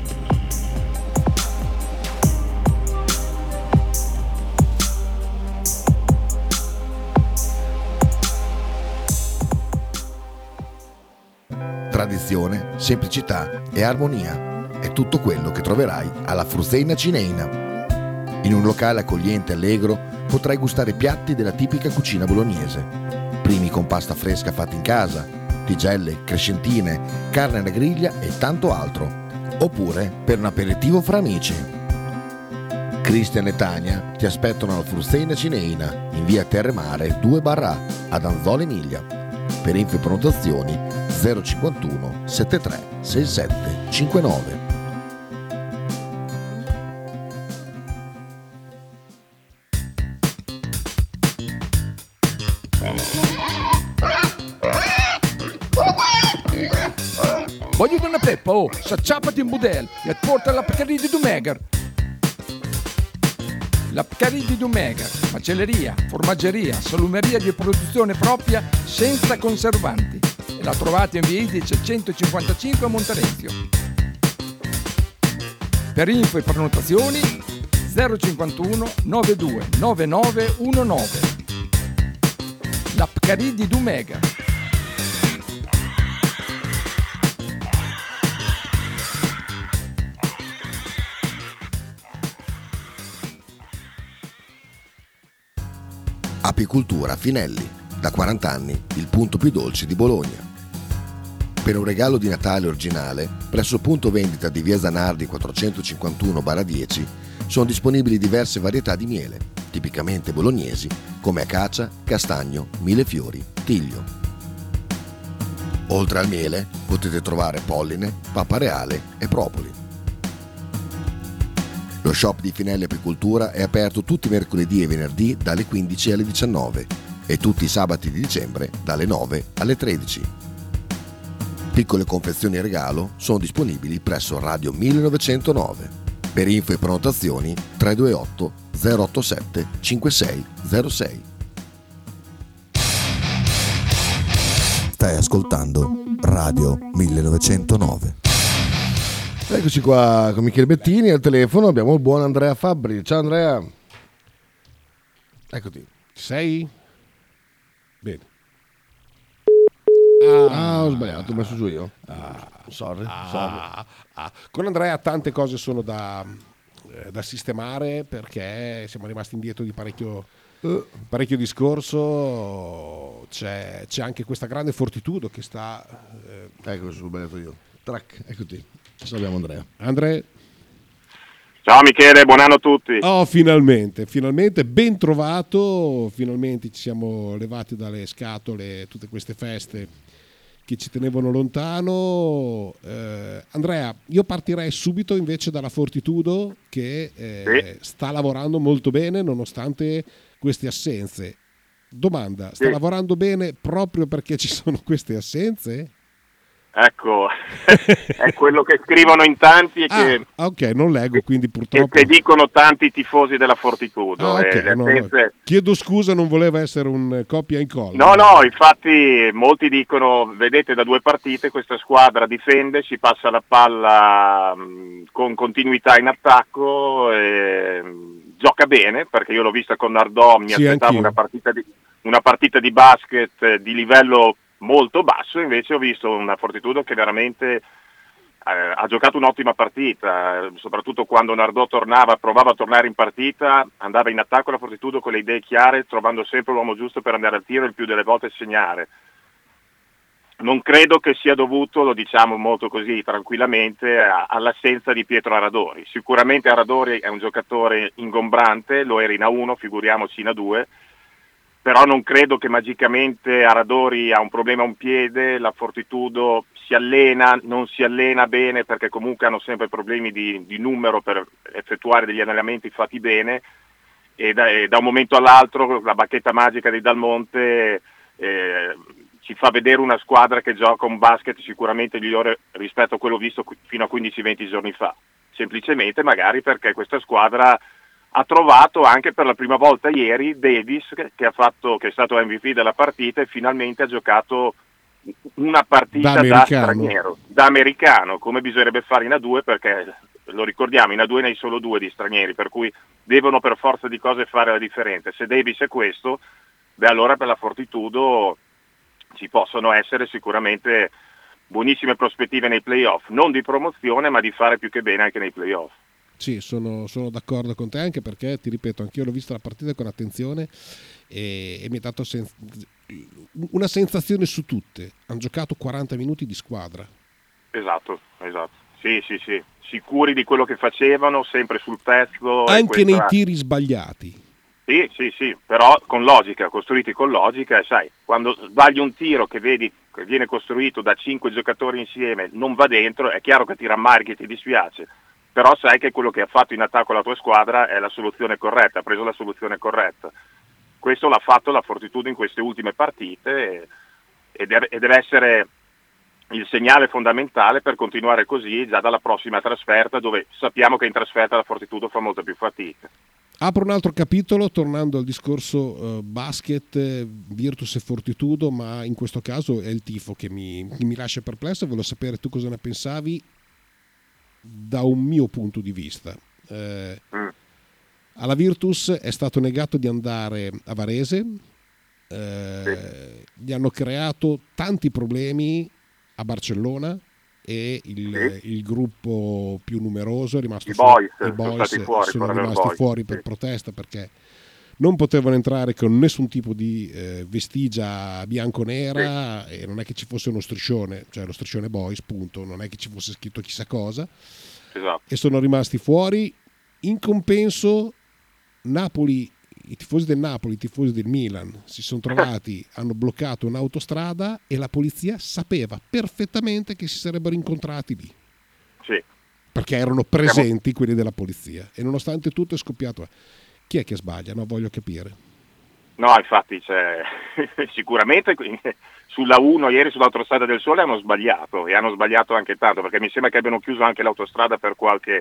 [SPEAKER 1] Tradizione, semplicità e armonia è tutto quello che troverai alla Fruzeina Cineina. In un locale accogliente e allegro potrai gustare piatti della tipica cucina bolognese, primi con pasta fresca fatta in casa, tigelle, crescentine, carne alla griglia e tanto altro, oppure per un aperitivo fra amici. Cristian e Tania ti aspettano alla Fruzeina Cineina in via Terremare 2/A ad Anzola Emilia. Per info e prenotazioni 051 73 67 59.
[SPEAKER 8] Voglio una peppa, s'acciappati in budel e porta la Pcaridi di Dumegar. La Pcaridi di Dumegar, macelleria, formaggeria, salumeria di produzione propria senza conservanti. E la trovate in via Idice 155 a Monterezio. Per info e prenotazioni 051 92 9919. L'Apcari di Dumega.
[SPEAKER 1] Apicoltura Finelli, da 40 anni il punto più dolce di Bologna. Per un regalo di Natale originale, presso il punto vendita di via Zanardi 451/10 sono disponibili diverse varietà di miele, tipicamente bolognesi, come acacia, castagno, millefiori, tiglio. Oltre al miele potete trovare polline, pappa reale e propoli. Lo shop di Finelli Apicoltura è aperto tutti i mercoledì e venerdì dalle 15 alle 19 e tutti i sabati di dicembre dalle 9 alle 13. Piccole confezioni e regalo sono disponibili presso Radio 1909. Per info e prenotazioni 328 087 5606. Stai ascoltando Radio 1909.
[SPEAKER 5] Eccoci qua con Michele Bettini al telefono, abbiamo il buon Andrea Fabbri. Ciao Andrea. Eccoti.
[SPEAKER 6] Sei? Bene.
[SPEAKER 5] Ho sbagliato, ho messo giù io. Sorry.
[SPEAKER 6] Con Andrea tante cose sono da sistemare, perché siamo rimasti indietro di parecchio discorso. C'è anche questa grande fortitudo che sta...
[SPEAKER 5] Ecco, sono sbagliato io. Track, eccoti. Salutiamo Andrea.
[SPEAKER 6] Andrea.
[SPEAKER 9] Ciao Michele, buon anno a tutti.
[SPEAKER 6] Oh, finalmente, ben trovato, finalmente ci siamo levati dalle scatole tutte queste feste che ci tenevano lontano. Andrea, io partirei subito invece dalla Fortitudo, che sta lavorando molto bene nonostante queste assenze. Domanda, sta lavorando bene proprio perché ci sono queste assenze?
[SPEAKER 9] Ecco, è quello che scrivono in tanti e che...
[SPEAKER 6] ok, non leggo, quindi purtroppo...
[SPEAKER 9] Che dicono tanti tifosi della Fortitudo.
[SPEAKER 6] Okay, chiedo scusa, non voleva essere un copia e incolla.
[SPEAKER 9] No, infatti molti dicono, vedete, da 2 partite questa squadra difende, si passa la palla con continuità in attacco, gioca bene, perché io l'ho vista con Nardò, mi aspettavo una partita di basket di livello molto basso, invece ho visto una Fortitudo che veramente ha giocato un'ottima partita, soprattutto quando Nardò provava a tornare in partita, andava in attacco la Fortitudo con le idee chiare, trovando sempre l'uomo giusto per andare al tiro e il più delle volte segnare. Non credo che sia dovuto, lo diciamo molto così tranquillamente, all'assenza di Pietro Aradori. Sicuramente Aradori è un giocatore ingombrante, lo era in A1, figuriamoci in A2, però non credo che magicamente Aradori ha un problema a un piede, la Fortitudo non si allena bene, perché comunque hanno sempre problemi di numero per effettuare degli allenamenti fatti bene, e da un momento all'altro la bacchetta magica di Dal Monte ci fa vedere una squadra che gioca un basket sicuramente migliore rispetto a quello visto fino a 15-20 giorni fa, semplicemente magari perché questa squadra ha trovato anche per la prima volta ieri Davis, che è stato MVP della partita e finalmente ha giocato una partita da straniero, da americano, come bisognerebbe fare in A2, perché lo ricordiamo, in A2 ne hai solo 2 di stranieri, per cui devono per forza di cose fare la differenza. Se Davis è questo, allora per la Fortitudo ci possono essere sicuramente buonissime prospettive nei playoff, non di promozione ma di fare più che bene anche nei playoff.
[SPEAKER 6] Sì, sono d'accordo con te, anche perché, ti ripeto, anch'io l'ho vista la partita con attenzione e mi ha dato una sensazione su tutte. Hanno giocato 40 minuti di squadra.
[SPEAKER 9] Esatto. Sì. Sicuri di quello che facevano, sempre sul pezzo.
[SPEAKER 6] Anche nei tiri sbagliati.
[SPEAKER 9] Sì, però con logica, costruiti con logica, e sai, quando sbagli un tiro che vedi che viene costruito da 5 giocatori insieme, non va dentro, è chiaro che ti rammarichi e ti dispiace. Però sai che quello che ha fatto in attacco la tua squadra è la soluzione corretta, ha preso la soluzione corretta. Questo l'ha fatto la Fortitudo in queste ultime partite e deve essere il segnale fondamentale per continuare così già dalla prossima trasferta, dove sappiamo che in trasferta la Fortitudo fa molta più fatica.
[SPEAKER 6] Apro un altro capitolo tornando al discorso basket, Virtus e Fortitudo, ma in questo caso è il tifo che mi lascia perplesso. Volevo sapere tu cosa ne pensavi. da un mio punto di vista. Alla Virtus è stato negato di andare a Varese, gli hanno creato tanti problemi a Barcellona e il gruppo più numeroso è rimasto fuori. I boys sono rimasti fuori per protesta, perché non potevano entrare con nessun tipo di vestigia bianco-nera, e non è che ci fosse uno striscione, cioè lo striscione boys, punto, non è che ci fosse scritto chissà cosa.
[SPEAKER 9] Esatto.
[SPEAKER 6] E sono rimasti fuori. In compenso Napoli, i tifosi del Napoli, i tifosi del Milan si sono trovati, hanno bloccato un'autostrada e la polizia sapeva perfettamente che si sarebbero incontrati lì, perché erano presenti quelli della polizia, e nonostante tutto è scoppiato. Chi è che sbaglia? No, voglio capire.
[SPEAKER 9] No, infatti sicuramente sulla 1 ieri sull'autostrada del Sole hanno sbagliato, e hanno sbagliato anche tanto, perché mi sembra che abbiano chiuso anche l'autostrada per qualche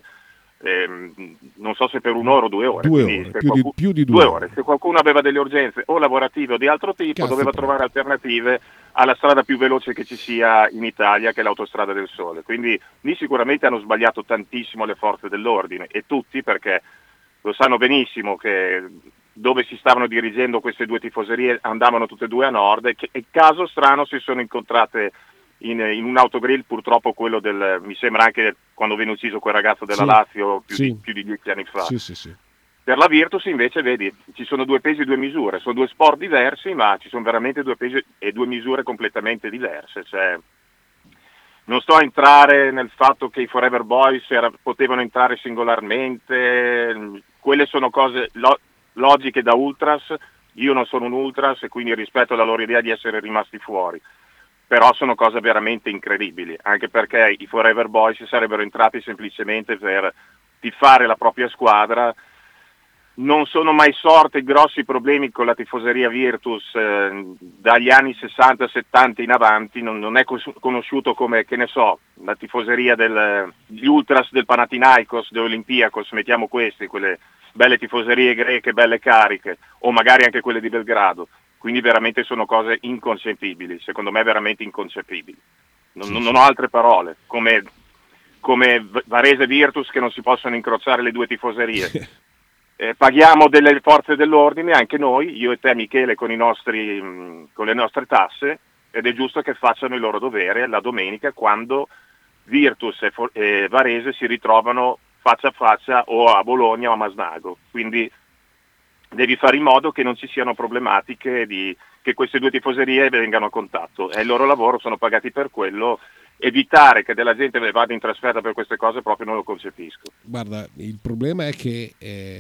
[SPEAKER 9] non so se per 1 ora o 2 ore. Più di 2 ore. Se qualcuno aveva delle urgenze o lavorative o di altro tipo, doveva trovare alternative alla strada più veloce che ci sia in Italia, che è l'autostrada del Sole. Quindi lì sicuramente hanno sbagliato tantissimo le forze dell'ordine, e tutti, perché lo sanno benissimo che dove si stavano dirigendo queste due tifoserie andavano tutte e due a nord, e caso strano si sono incontrate in un autogrill, purtroppo quello mi sembra anche quando venne ucciso quel ragazzo della Lazio più di 10 anni fa.
[SPEAKER 6] Sì.
[SPEAKER 9] Per la Virtus invece, vedi, ci sono 2 pesi e 2 misure, sono 2 sport diversi, ma ci sono veramente 2 pesi e 2 misure completamente diverse. Cioè, non sto a entrare nel fatto che i Forever Boys potevano entrare singolarmente, quelle sono cose logiche da ultras. Io non sono un ultras e quindi rispetto la loro idea di essere rimasti fuori, però sono cose veramente incredibili, anche perché i Forever Boys sarebbero entrati semplicemente per tifare la propria squadra. Non sono mai sorti grossi problemi con la tifoseria Virtus dagli anni 60-70 in avanti, non è conosciuto come, che ne so, la tifoseria gli ultras del Panathinaikos, dell'Olympiakos, mettiamo quelle belle tifoserie greche, belle cariche, o magari anche quelle di Belgrado. Quindi veramente sono cose inconcepibili, secondo me veramente inconcepibili. Non ho altre parole, come Varese e Virtus, che non si possono incrociare le due tifoserie. Paghiamo delle forze dell'ordine, anche noi, io e te Michele, con le nostre tasse, ed è giusto che facciano il loro dovere la domenica, quando Virtus e Varese si ritrovano faccia a faccia, o a Bologna o a Masnago. Quindi devi fare in modo che non ci siano problematiche che queste due tifoserie vengano a contatto. È il loro lavoro, sono pagati per quello. Evitare che della gente vada in trasferta per queste cose proprio non lo concepisco.
[SPEAKER 6] Guarda, il problema è che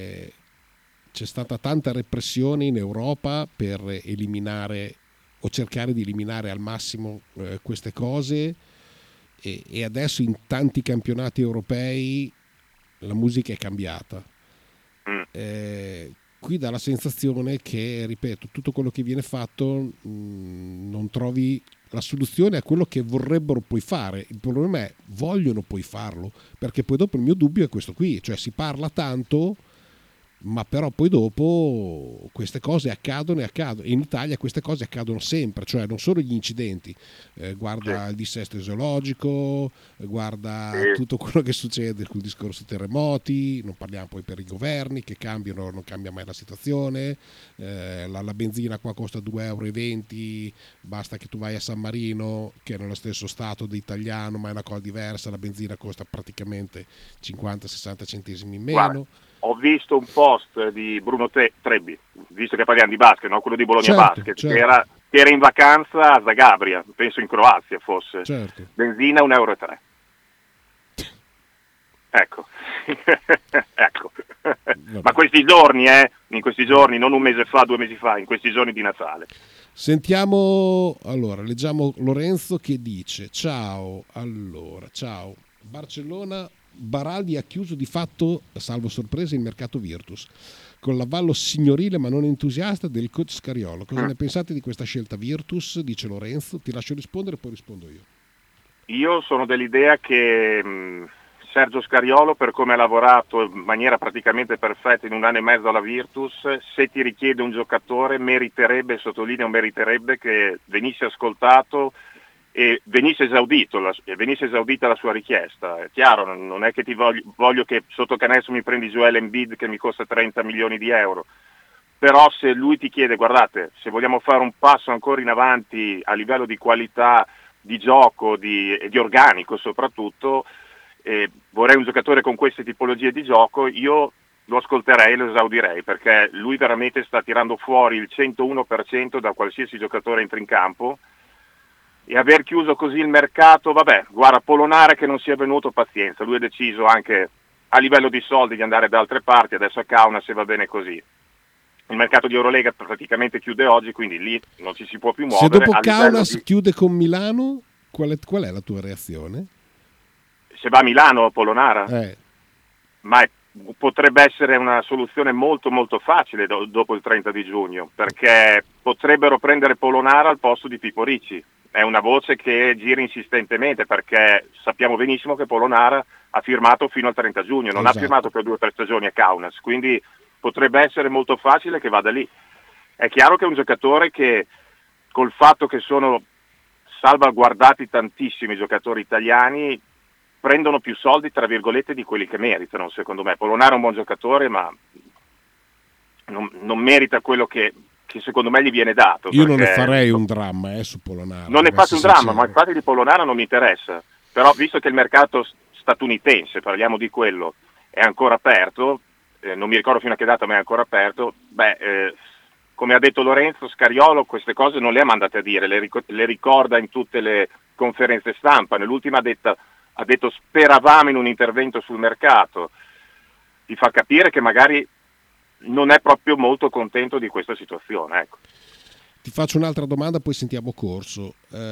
[SPEAKER 6] c'è stata tanta repressione in Europa per eliminare o cercare di eliminare al massimo queste cose, e adesso in tanti campionati europei la musica è cambiata. Qui dà la sensazione che, ripeto, tutto quello che viene fatto non trovi la soluzione a quello che vorrebbero poi fare. Il problema è, vogliono poi farlo? Perché poi dopo il mio dubbio è questo qui, cioè si parla tanto, ma però poi dopo queste cose accadono e accadono. In Italia queste cose accadono sempre, cioè non solo gli incidenti, guarda il dissesto esologico, guarda tutto quello che succede col discorso terremoti, non parliamo poi per i governi che cambiano, non cambia mai la situazione, la benzina qua costa 2,20 €, basta che tu vai a San Marino, che è nello stesso stato d'italiano ma è una cosa diversa, la benzina costa praticamente 50-60 centesimi in meno.
[SPEAKER 9] Guarda, ho visto un post di Bruno Trebbi, visto che parliamo di basket, no? Quello di Bologna Basket, certo. Che era in vacanza a Zagabria, penso in Croazia fosse,
[SPEAKER 6] certo.
[SPEAKER 9] Benzina 1,03 €. Ecco. Ecco. Ma questi giorni, in questi giorni, non un mese fa, 2 mesi fa, in questi giorni di Natale.
[SPEAKER 6] Sentiamo, allora, leggiamo Lorenzo che dice: ciao, Barcellona, Baraldi ha chiuso di fatto, salvo sorpresa, il mercato Virtus, con l'avallo signorile ma non entusiasta del coach Scariolo. Cosa ne pensate di questa scelta Virtus? Dice Lorenzo. Ti lascio rispondere, poi rispondo io.
[SPEAKER 9] Io sono dell'idea che Sergio Scariolo, per come ha lavorato in maniera praticamente perfetta in 1 anno e mezzo alla Virtus, se ti richiede un giocatore meriterebbe, sottolineo meriterebbe, che venisse ascoltato e venisse esaudita la sua richiesta. È chiaro, non è che ti voglio che sotto canestro mi prendi Joel Embiid che mi costa 30 milioni di euro, però se lui ti chiede, guardate, se vogliamo fare un passo ancora in avanti a livello di qualità di gioco e di organico soprattutto, vorrei un giocatore con queste tipologie di gioco, io lo ascolterei e lo esaudirei, perché lui veramente sta tirando fuori il 101% da qualsiasi giocatore entri in campo, e aver chiuso così il mercato, vabbè, guarda, Polonara che non sia venuto, pazienza, lui ha deciso anche a livello di soldi di andare da altre parti, adesso a Kaunas e va bene così. Il mercato di Eurolega praticamente chiude oggi, quindi lì non ci si può più muovere.
[SPEAKER 6] Se dopo Kaunas chiude con Milano, qual è la tua reazione?
[SPEAKER 9] Se va a Milano, Polonara? Ma potrebbe essere una soluzione molto molto facile dopo il 30 di giugno, perché potrebbero prendere Polonara al posto di Pippo Ricci. È una voce che gira insistentemente, perché sappiamo benissimo che Polonara ha firmato fino al 30 giugno, non ha firmato per 2 o 3 stagioni a Kaunas, quindi potrebbe essere molto facile che vada lì. È chiaro che è un giocatore che, col fatto che sono salvaguardati tantissimi giocatori italiani, prendono più soldi tra virgolette di quelli che meritano, secondo me. Polonara è un buon giocatore, ma non merita quello che secondo me gli viene dato.
[SPEAKER 6] Io non ne farei un dramma su Polonara.
[SPEAKER 9] Non ne faccio un dramma, ma infatti di Polonara non mi interessa. Però visto che il mercato statunitense, parliamo di quello, è ancora aperto, non mi ricordo fino a che data ma è ancora aperto, come ha detto Lorenzo, Scariolo queste cose non le ha mandate a dire, le ricorda in tutte le conferenze stampa. Nell'ultima ha detto speravamo in un intervento sul mercato. Ti fa capire che magari non è proprio molto contento di questa situazione, ecco.
[SPEAKER 6] Ti faccio un'altra domanda, poi sentiamo Corso.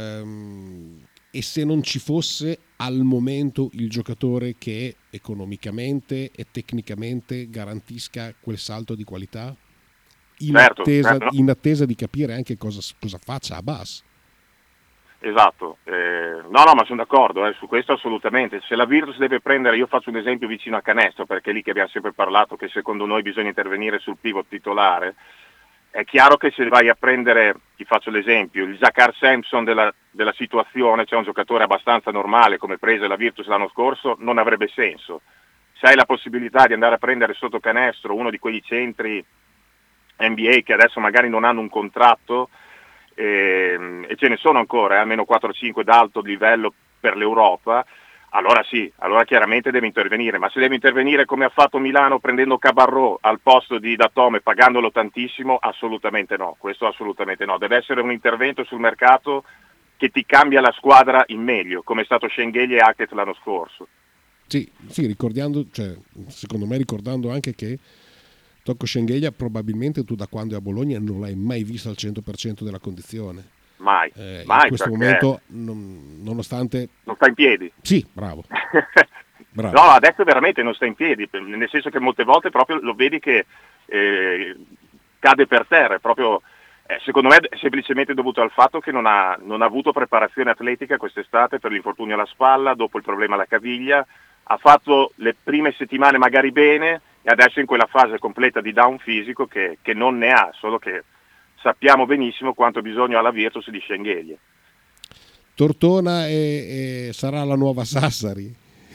[SPEAKER 6] E se non ci fosse al momento il giocatore che economicamente e tecnicamente garantisca quel salto di qualità? In attesa di capire anche cosa faccia Abbas.
[SPEAKER 9] Esatto, no, ma sono d'accordo su questo assolutamente. Se la Virtus deve prendere, io faccio un esempio vicino a canestro, perché è lì che abbiamo sempre parlato che secondo noi bisogna intervenire sul pivot titolare. È chiaro che se vai a prendere, ti faccio l'esempio, il Zachar Sampson della situazione, cioè un giocatore abbastanza normale come prese la Virtus l'anno scorso, non avrebbe senso. Se hai la possibilità di andare a prendere sotto canestro uno di quegli centri NBA che adesso magari non hanno un contratto, e ce ne sono ancora, almeno 4-5 d'alto livello per l'Europa, allora sì, allora chiaramente deve intervenire, ma se deve intervenire come ha fatto Milano prendendo Cabarrò al posto di Datome pagandolo tantissimo, assolutamente no, questo assolutamente no, deve essere un intervento sul mercato che ti cambia la squadra in meglio, come è stato Schengelia e Hackett l'anno scorso.
[SPEAKER 6] Sì, secondo me ricordando anche che Tocco Schengelia probabilmente tu da quando è a Bologna non l'hai mai visto al 100% della condizione.
[SPEAKER 9] Mai.
[SPEAKER 6] In questo momento, nonostante...
[SPEAKER 9] Non sta in piedi.
[SPEAKER 6] Sì, bravo.
[SPEAKER 9] No, adesso veramente non sta in piedi, nel senso che molte volte proprio lo vedi che cade per terra, proprio, secondo me è semplicemente dovuto al fatto che non ha avuto preparazione atletica quest'estate per l'infortunio alla spalla, dopo il problema alla caviglia, ha fatto le prime settimane magari bene e adesso è in quella fase completa di down fisico che non ne ha, solo che sappiamo benissimo quanto bisogno ha la Virtus di Schengelia.
[SPEAKER 6] Tortona sarà la nuova Sassari?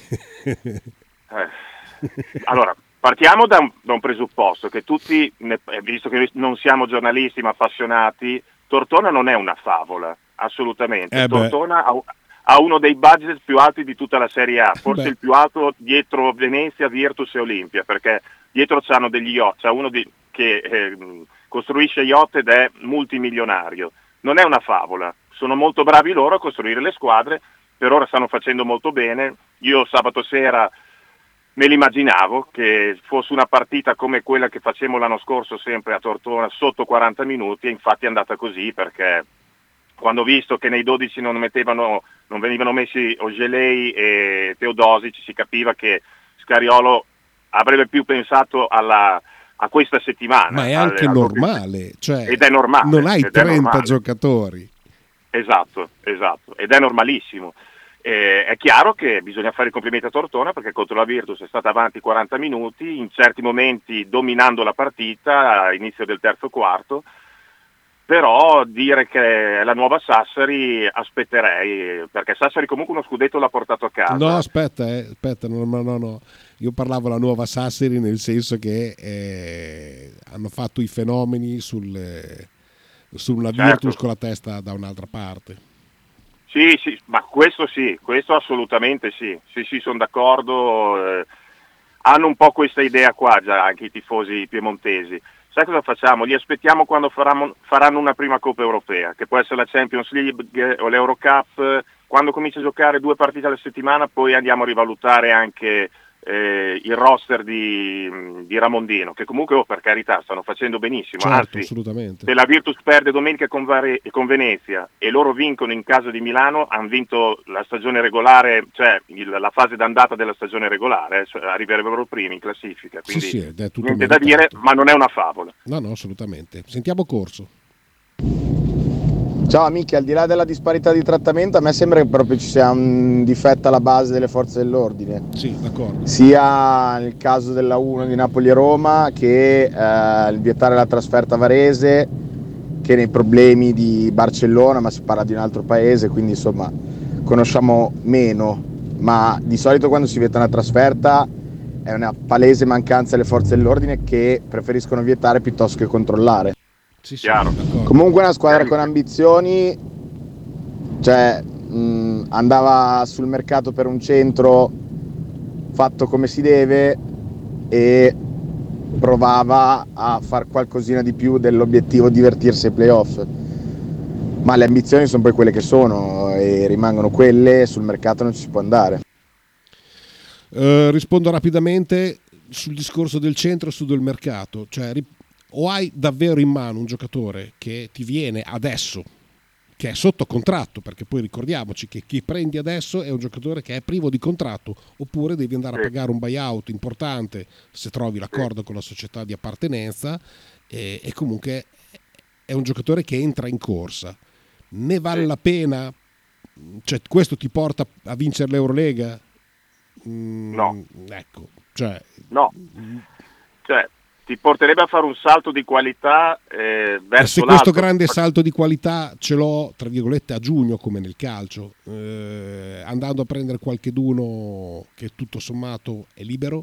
[SPEAKER 9] Allora, partiamo da un presupposto, che tutti, visto che non siamo giornalisti ma appassionati, Tortona non è una favola, assolutamente. Tortona ha uno dei budget più alti di tutta la Serie A, forse il più alto dietro Venezia, Virtus e Olimpia, perché dietro c'hanno degli yacht, c'è uno che costruisce yacht ed è multimilionario. Non è una favola, sono molto bravi loro a costruire le squadre, per ora stanno facendo molto bene. Io sabato sera me l'immaginavo che fosse una partita come quella che facemmo l'anno scorso sempre a Tortona sotto 40 minuti e infatti è andata così, perché quando ho visto che nei 12 non venivano messi Ogelei e Teodosic, si capiva che Scariolo avrebbe più pensato a questa settimana.
[SPEAKER 6] Ma è anche normale, cioè
[SPEAKER 9] ed è normale.
[SPEAKER 6] Non hai 30 giocatori.
[SPEAKER 9] Esatto, ed è normalissimo. È chiaro che bisogna fare i complimenti a Tortona perché contro la Virtus è stata avanti 40 minuti, in certi momenti dominando la partita all'inizio del terzo quarto, però dire che è la nuova Sassari aspetterei, perché Sassari comunque uno scudetto l'ha portato a casa.
[SPEAKER 6] No, aspetta, no. Io parlavo la nuova Sassari nel senso che hanno fatto i fenomeni sulla Virtus con la testa da un'altra parte.
[SPEAKER 9] Sì, ma questo assolutamente sì, sono d'accordo, hanno un po' questa idea qua già anche i tifosi piemontesi. Sai cosa facciamo? Li aspettiamo quando faranno una prima Coppa Europea, che può essere la Champions League o l'Eurocup, quando comincia a giocare 2 partite alla settimana, poi andiamo a rivalutare anche il roster di Ramondino, che comunque per carità stanno facendo benissimo,
[SPEAKER 6] certo,
[SPEAKER 9] anzi
[SPEAKER 6] assolutamente.
[SPEAKER 9] se la Virtus perde domenica con Venezia e loro vincono in casa di Milano, hanno vinto la stagione regolare, cioè la fase d'andata della stagione regolare, cioè arriverebbero primi in classifica, quindi
[SPEAKER 6] sì, è tutto
[SPEAKER 9] niente
[SPEAKER 6] meritato.
[SPEAKER 9] da dire, ma non è una favola.
[SPEAKER 6] No, assolutamente. Sentiamo Corso.
[SPEAKER 10] Ciao amici, al di là della disparità di trattamento, a me sembra che proprio ci sia un difetto alla base delle forze dell'ordine.
[SPEAKER 6] Sì, d'accordo.
[SPEAKER 10] Sia nel caso della 1 di Napoli e Roma che il vietare la trasferta a Varese, che nei problemi di Barcellona, ma si parla di un altro paese, quindi insomma conosciamo meno. Ma di solito quando si vieta una trasferta è una palese mancanza delle forze dell'ordine che preferiscono vietare piuttosto che controllare.
[SPEAKER 6] Sì, chiaro.
[SPEAKER 10] Comunque una squadra con ambizioni, cioè andava sul mercato per un centro fatto come si deve e provava a far qualcosina di più dell'obiettivo divertirsi ai playoff, ma le ambizioni sono poi quelle che sono e rimangono quelle, sul mercato non ci si può andare.
[SPEAKER 6] Rispondo rapidamente sul discorso del centro su del mercato, cioè o hai davvero in mano un giocatore che ti viene adesso, che è sotto contratto, perché poi ricordiamoci che chi prendi adesso è un giocatore che è privo di contratto, oppure devi andare a pagare un buyout importante se trovi l'accordo con la società di appartenenza, e comunque è un giocatore che entra in corsa. Ne vale la pena? Cioè, questo ti porta a vincere l'Eurolega?
[SPEAKER 9] No.
[SPEAKER 6] Ecco, cioè
[SPEAKER 9] ti porterebbe a fare un salto di qualità verso
[SPEAKER 6] se questo grande salto di qualità ce l'ho tra virgolette a giugno, come nel calcio, andando a prendere qualcheduno che tutto sommato è libero?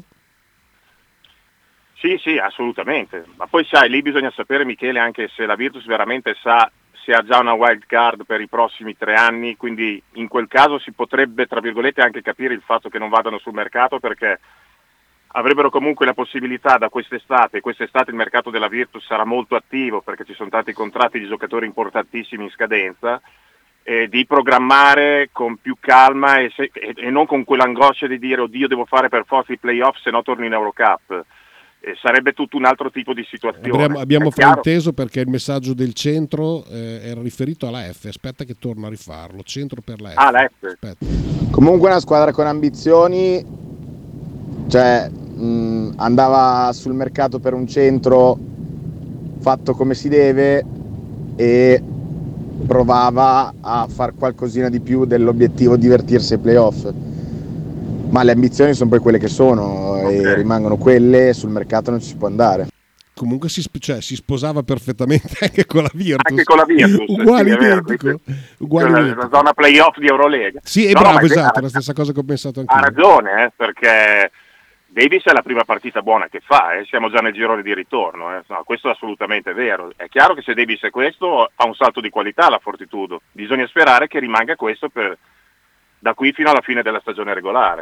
[SPEAKER 9] Sì, assolutamente, ma poi sai, lì bisogna sapere, Michele, anche se la Virtus veramente sa se ha già una wild card per i prossimi 3 anni, quindi in quel caso si potrebbe tra virgolette anche capire il fatto che non vadano sul mercato, perché avrebbero comunque la possibilità da quest'estate il mercato della Virtus sarà molto attivo perché ci sono tanti contratti di giocatori importantissimi in scadenza, di programmare con più calma e non con quell'angoscia di dire oddio devo fare per forza i playoff se no torno in Eurocup. Sarebbe tutto un altro tipo di situazione.
[SPEAKER 6] Abbiamo frainteso perché il messaggio del centro era riferito alla F. Aspetta che torno a rifarlo. Centro per la F.
[SPEAKER 9] La F.
[SPEAKER 6] Aspetta.
[SPEAKER 10] Comunque una squadra con ambizioni, cioè andava sul mercato per un centro fatto come si deve e provava a far qualcosina di più dell'obiettivo divertirsi ai playoff, ma le ambizioni sono poi quelle che sono e rimangono quelle, sul mercato non ci si può andare.
[SPEAKER 6] Comunque si sposava perfettamente anche con la Virtus.
[SPEAKER 9] Anche con la Virtus.
[SPEAKER 6] Uguale, identico.
[SPEAKER 9] La zona playoff di Eurolega.
[SPEAKER 6] Sì, è bravo, esatto, la stessa cosa che ho pensato anch'io.
[SPEAKER 9] Ha ragione, perché Davis è la prima partita buona che fa, siamo già nel girone di ritorno, no, questo è assolutamente vero. È chiaro che se Davis è questo, ha un salto di qualità la Fortitudo. Bisogna sperare che rimanga questo da qui fino alla fine della stagione regolare.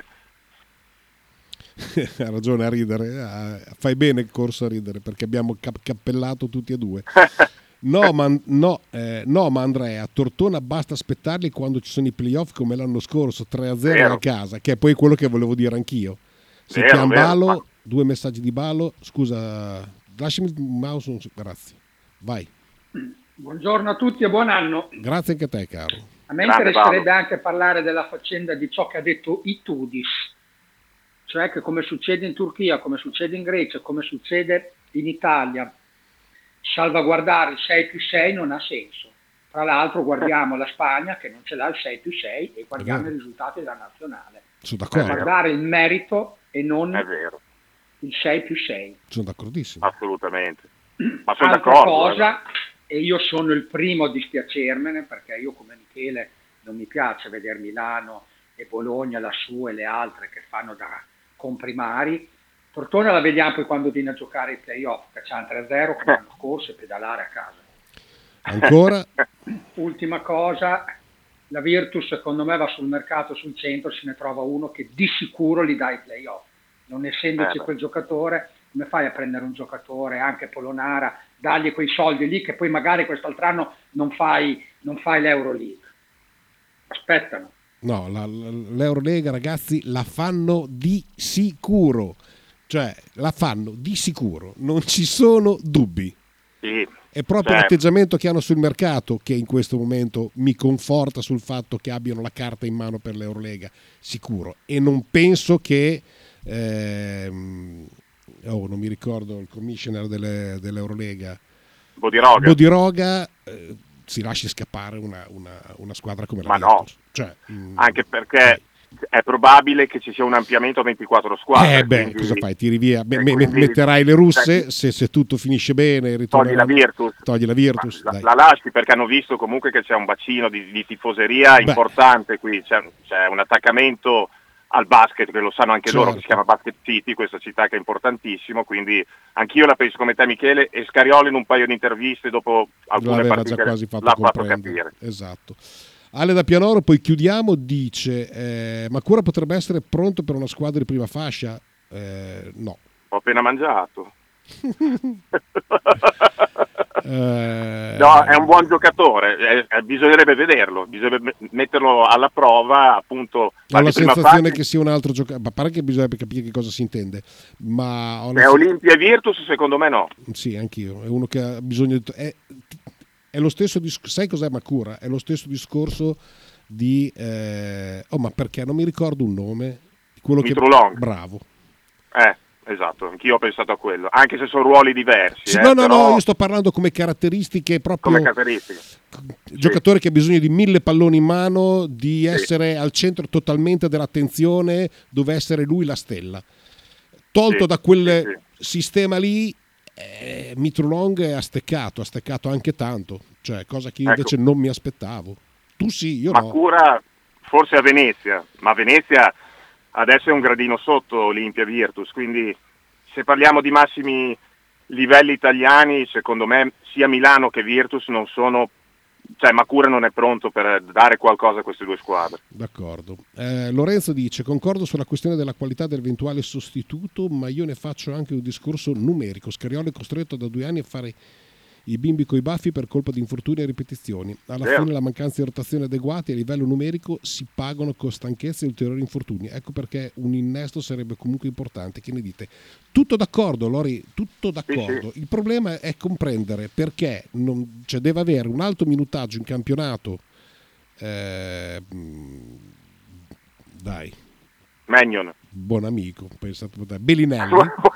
[SPEAKER 6] Ha ragione a ridere, fai bene il corso a ridere perché abbiamo cappellato tutti e due. No, ma Andrea, Tortona basta aspettarli quando ci sono i playoff come l'anno scorso, 3-0 a casa, che è poi quello che volevo dire anch'io. Sentiamo Balo, 2 messaggi di Balo. Scusa, lasciami il mouse, grazie. Vai.
[SPEAKER 11] Buongiorno a tutti e buon anno.
[SPEAKER 6] Grazie anche a te, caro.
[SPEAKER 11] A me interesserebbe anche parlare della faccenda di ciò che ha detto Itudis, cioè che come succede in Turchia, come succede in Grecia, come succede in Italia, salvaguardare il 6+6 non ha senso. Tra l'altro guardiamo la Spagna che non ce l'ha il 6+6 e guardiamo i risultati della nazionale.
[SPEAKER 6] Sono d'accordo.
[SPEAKER 11] Guardare il merito e non il 6+6.
[SPEAKER 6] Sono d'accordissimo.
[SPEAKER 9] Assolutamente. Ma sono
[SPEAKER 11] Altra
[SPEAKER 9] d'accordo.
[SPEAKER 11] cosa, e io sono il primo a dispiacermene, perché io come Michele non mi piace vedere Milano e Bologna lassù e le altre che fanno da comprimari. Tortona la vediamo poi quando viene a giocare i playoff, che c'hanno 3-0 come l'anno scorso e pedalare a casa.
[SPEAKER 6] Ancora?
[SPEAKER 11] Ultima cosa, la Virtus secondo me va sul mercato, sul centro, se ne trova uno che di sicuro li dà i playoff. Non essendoci quel giocatore, come fai a prendere un giocatore, anche Polonara, dargli quei soldi lì che poi magari quest'altro anno non fai l'Euroleague? Aspettano.
[SPEAKER 6] No, l'Eurolega, ragazzi, la fanno di sicuro. Cioè, la fanno di sicuro. Non ci sono dubbi.
[SPEAKER 9] Sì.
[SPEAKER 6] È proprio l'atteggiamento che hanno sul mercato che in questo momento mi conforta sul fatto che abbiano la carta in mano per l'Eurolega, sicuro. E non penso che non mi ricordo il commissioner dell'Eurolega Bodiroga si lasci scappare una squadra come la Virtus.
[SPEAKER 9] No,
[SPEAKER 6] cioè,
[SPEAKER 9] anche perché è probabile che ci sia un ampliamento a 24 squadre.
[SPEAKER 6] Quindi, cosa fai? Tiri via? Metterai le russe se tutto finisce bene,
[SPEAKER 9] togli la Virtus. La lasci, perché hanno visto comunque che c'è un bacino di tifoseria importante qui, c'è un attaccamento al basket, che lo sanno anche loro, che si chiama Basket City, questa città che è importantissimo, quindi anch'io la penso come te, Michele, e Scariolo in un paio di interviste dopo alcune partite
[SPEAKER 6] già quasi
[SPEAKER 9] l'ha fatto capire.
[SPEAKER 6] Esatto. Ale da Pianoro, poi chiudiamo, dice Macura potrebbe essere pronto per una squadra di prima fascia? No.
[SPEAKER 9] Ho appena mangiato. No, è un buon giocatore, bisognerebbe vederlo, bisognerebbe metterlo alla prova, appunto.
[SPEAKER 6] Ho la sensazione che sia un altro giocatore, ma pare che bisognerebbe capire che cosa si intende, ma
[SPEAKER 9] Olimpia e Virtus secondo me no.
[SPEAKER 6] Sì, anch'io, è uno che ha bisogno è lo stesso sai cos'è Macura? È lo stesso discorso di ma perché non mi ricordo un nome, quello
[SPEAKER 9] Mitrulong.
[SPEAKER 6] Bravo.
[SPEAKER 9] Esatto, anch'io ho pensato a quello, anche se sono ruoli diversi.
[SPEAKER 6] Sì, no, io sto parlando come caratteristiche proprio.
[SPEAKER 9] Come caratteristiche.
[SPEAKER 6] Giocatore che ha bisogno di 1000 palloni in mano, di essere al centro totalmente dell'attenzione, dove essere lui la stella. Tolto da quel sistema lì, Mitrulong ha steccato anche tanto, cioè cosa che io invece non mi aspettavo. Tu sì, io no.
[SPEAKER 9] Macura forse a Venezia, ma Venezia adesso è un gradino sotto Olimpia Virtus, quindi se parliamo di massimi livelli italiani, secondo me sia Milano che Virtus non sono, cioè Macura non è pronto per dare qualcosa a queste due squadre.
[SPEAKER 6] D'accordo. Lorenzo dice: concordo sulla questione della qualità dell'eventuale sostituto, ma io ne faccio anche un discorso numerico. Scariolo è costretto da 2 anni a fare i bimbi coi baffi per colpa di infortuni e ripetizioni. Alla fine la mancanza di rotazione adeguati a livello numerico si pagano con stanchezza e ulteriori infortuni. Ecco perché un innesto sarebbe comunque importante. Che ne dite? Tutto d'accordo, Lori, tutto d'accordo. Sì. Il problema è comprendere perché deve avere un alto minutaggio in campionato. Dai.
[SPEAKER 9] Magnon.
[SPEAKER 6] Buon amico, Bellinelli.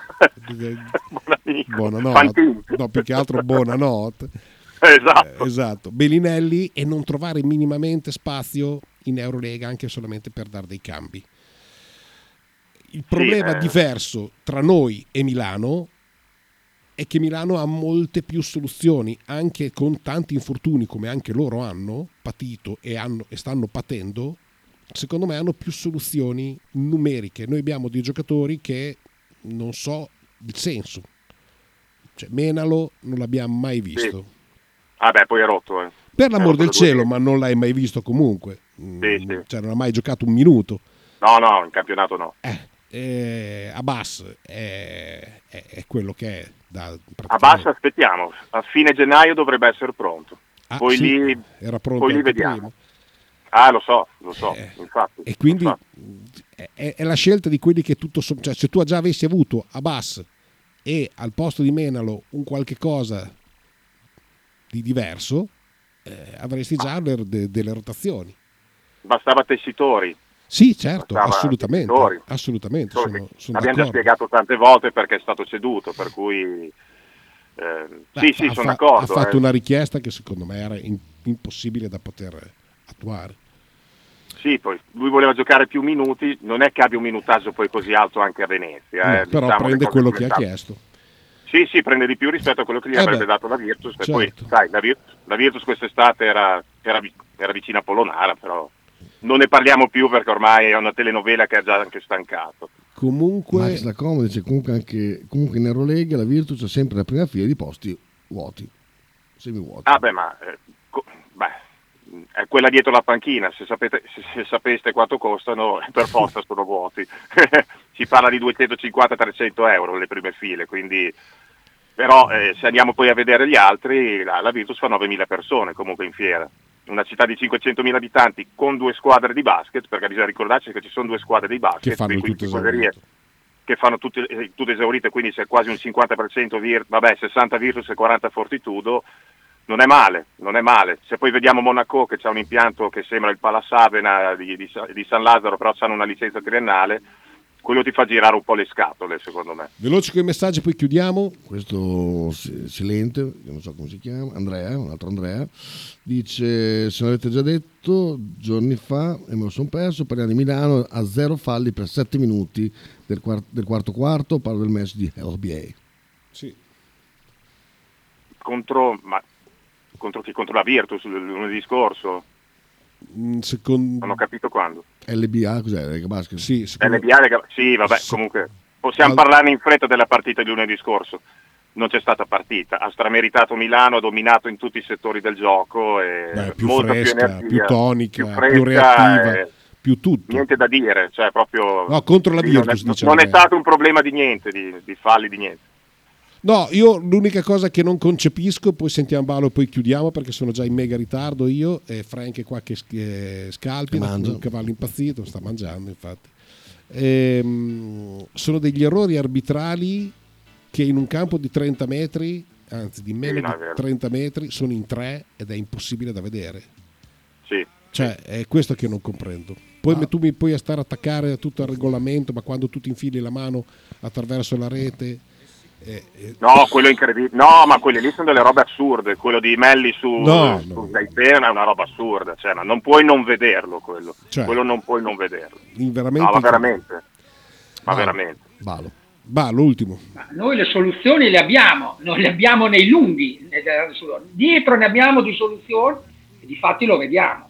[SPEAKER 6] Buonanotte. No, più che altro buonanotte. Esatto. Bellinelli, e non trovare minimamente spazio in Eurolega anche solamente per dare dei cambi. Il problema diverso tra noi e Milano è che Milano ha molte più soluzioni, anche con tanti infortuni come anche loro hanno patito e stanno patendo. Secondo me hanno più soluzioni numeriche. Noi abbiamo dei giocatori che non so il senso, cioè Menalo non l'abbiamo mai visto.
[SPEAKER 9] Poi è rotto.
[SPEAKER 6] Per l'amor del cielo, ma non l'hai mai visto comunque. Cioè non ha mai giocato un minuto.
[SPEAKER 9] No, in campionato no.
[SPEAKER 6] Abbas è quello che è.
[SPEAKER 9] Abbas aspettiamo, a fine gennaio dovrebbe essere pronto. Poi lì
[SPEAKER 6] era pronto,
[SPEAKER 9] poi lì vediamo.
[SPEAKER 6] Prima.
[SPEAKER 9] Lo so, infatti.
[SPEAKER 6] E quindi è la scelta di quelli che tutto cioè se tu già avessi avuto Abbas e al posto di Menalo un qualche cosa di diverso, avresti già delle rotazioni.
[SPEAKER 9] Bastava Tessitori.
[SPEAKER 6] Sì, certo, assolutamente. Sono
[SPEAKER 9] abbiamo già spiegato tante volte perché è stato ceduto, per cui sono d'accordo.
[SPEAKER 6] Ha fatto una richiesta che secondo me era impossibile da poter attuare.
[SPEAKER 9] Sì, poi lui voleva giocare più minuti, non è che abbia un minutaggio poi così alto anche a Venezia.
[SPEAKER 6] Però prende quello che ha chiesto.
[SPEAKER 9] Sì, prende di più rispetto a quello che gli avrebbe dato la Virtus. E poi, sai, la Virtus quest'estate era vicina a Polonara, però non ne parliamo più perché ormai è una telenovela che ha già anche stancato.
[SPEAKER 5] Comunque Max Lacomo dice comunque in Eurolega la Virtus ha sempre la prima fila di posti vuoti, semivuoti.
[SPEAKER 9] È quella dietro la panchina, se sapeste quanto costano, per forza sono vuoti. Si parla di 250-300 euro le prime file, quindi però se andiamo poi a vedere gli altri, la Virtus fa 9.000 persone comunque in fiera. Una città di 500.000 abitanti con 2 squadre di basket, perché bisogna ricordarci che ci sono 2 squadre di basket
[SPEAKER 6] che fanno tutte esaurite,
[SPEAKER 9] che fanno tutte esaurite, quindi c'è quasi un 50% 60 Virtus e 40 Fortitudo. Non è male. Se poi vediamo Monaco che c'ha un impianto che sembra il Palasavena di San Lazzaro, però hanno una licenza triennale, quello ti fa girare un po' le scatole, secondo me.
[SPEAKER 6] Veloce con i messaggi, poi chiudiamo.
[SPEAKER 5] Questo silente, non so come si chiama, un altro Andrea, dice: se l'avete già detto giorni fa e me lo sono perso, parliamo di Milano a 0 falli per 7 minuti del quarto quarto, parlo del match di LBA.
[SPEAKER 6] Sì.
[SPEAKER 9] Contro chi? Contro la Virtus lunedì scorso? Non ho capito quando.
[SPEAKER 5] LBA cos'è? Lega Basket?
[SPEAKER 6] Sì,
[SPEAKER 9] comunque possiamo parlarne in fretta della partita di lunedì scorso. Non c'è stata partita, ha strameritato Milano, ha dominato in tutti i settori del gioco,
[SPEAKER 6] più
[SPEAKER 9] molta
[SPEAKER 6] fresca,
[SPEAKER 9] più energia,
[SPEAKER 6] più tonica,
[SPEAKER 9] più fresca,
[SPEAKER 6] più reattiva, più tutto.
[SPEAKER 9] Niente da dire, cioè proprio
[SPEAKER 6] contro la Virtus
[SPEAKER 9] non è stato un problema di niente, di falli di niente.
[SPEAKER 6] No, io l'unica cosa che non concepisco, poi sentiamo Balo e poi chiudiamo perché sono già in mega ritardo io, e Frank è qua che scalpina, un cavallo impazzito, sta mangiando infatti. Sono degli errori arbitrali che in un campo di 30 metri, anzi di meno di 30 metri, sono in 3 ed è impossibile da vedere.
[SPEAKER 9] Sì.
[SPEAKER 6] Cioè, è questo che non comprendo. Poi tu mi puoi stare a attaccare a tutto il regolamento, ma quando tu ti infili la mano attraverso la rete...
[SPEAKER 9] No, quello è incredibile. No, ma quelle lì sono delle robe assurde. Quello di Melli su Gaetano è una roba assurda, cioè, ma non puoi non vederlo quello.
[SPEAKER 6] Cioè,
[SPEAKER 9] quello non puoi non vederlo.
[SPEAKER 6] Veramente.
[SPEAKER 9] No, ma veramente. Ma veramente.
[SPEAKER 6] Balo, ultimo.
[SPEAKER 11] Noi le soluzioni le abbiamo, non le abbiamo nei lunghi. Dietro ne abbiamo di soluzioni e di fatti lo vediamo.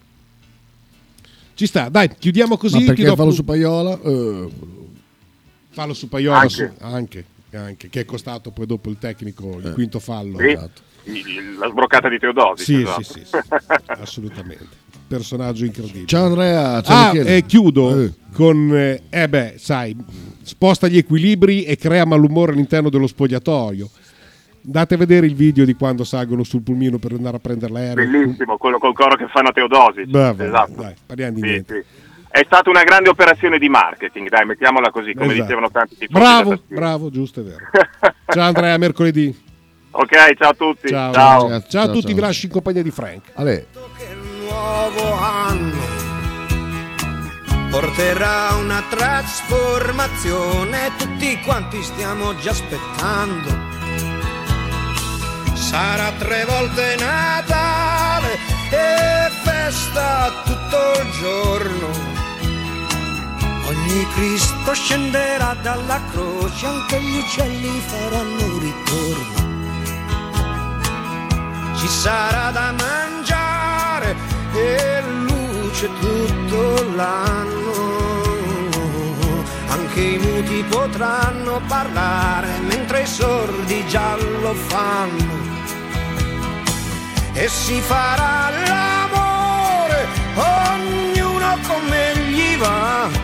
[SPEAKER 6] Ci sta, dai, chiudiamo così.
[SPEAKER 5] Ma perché fallo su Paiola?
[SPEAKER 6] Fallo su Paiola
[SPEAKER 9] anche,
[SPEAKER 6] che è costato poi dopo il tecnico il quinto fallo.
[SPEAKER 9] Sì, la sbroccata di Teodosi.
[SPEAKER 6] Sì, assolutamente. Personaggio incredibile.
[SPEAKER 5] Ciao Andrea.
[SPEAKER 6] E chiudo con sai, sposta gli equilibri e crea malumore all'interno dello spogliatoio. Andate a vedere il video di quando salgono sul pulmino per andare a prendere l'aereo.
[SPEAKER 9] Bellissimo, quello col coro che fanno a Teodosi.
[SPEAKER 6] Esatto. Dai, parliamo di niente.
[SPEAKER 9] Sì. È stata una grande operazione di marketing, dai, mettiamola così, come dicevano tanti tifosi.
[SPEAKER 6] Bravo, giusto, è vero. Ciao Andrea, mercoledì.
[SPEAKER 9] Ok, ciao a tutti.
[SPEAKER 6] Ciao a tutti, vi lascio in compagnia di Frank.
[SPEAKER 3] Che il nuovo anno porterà una trasformazione, tutti quanti stiamo già aspettando. Sarà 3 volte Natale e festa tutto il giorno. Ogni Cristo scenderà dalla croce, anche gli uccelli faranno ritorno. Ci sarà da mangiare e luce tutto l'anno. Anche i muti potranno parlare mentre i sordi già lo fanno. E si farà l'amore, ognuno come gli va.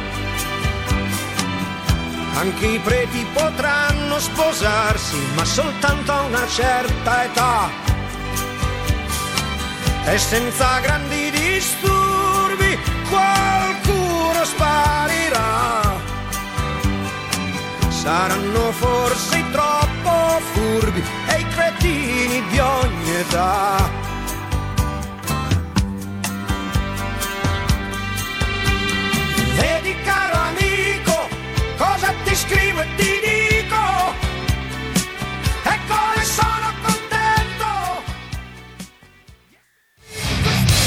[SPEAKER 3] Anche i preti potranno sposarsi, ma soltanto a una certa età. E senza grandi disturbi qualcuno sparirà. Saranno forse troppo furbi e i cretini di ogni età. Vedi caro amico, cosa ti scrivo e ti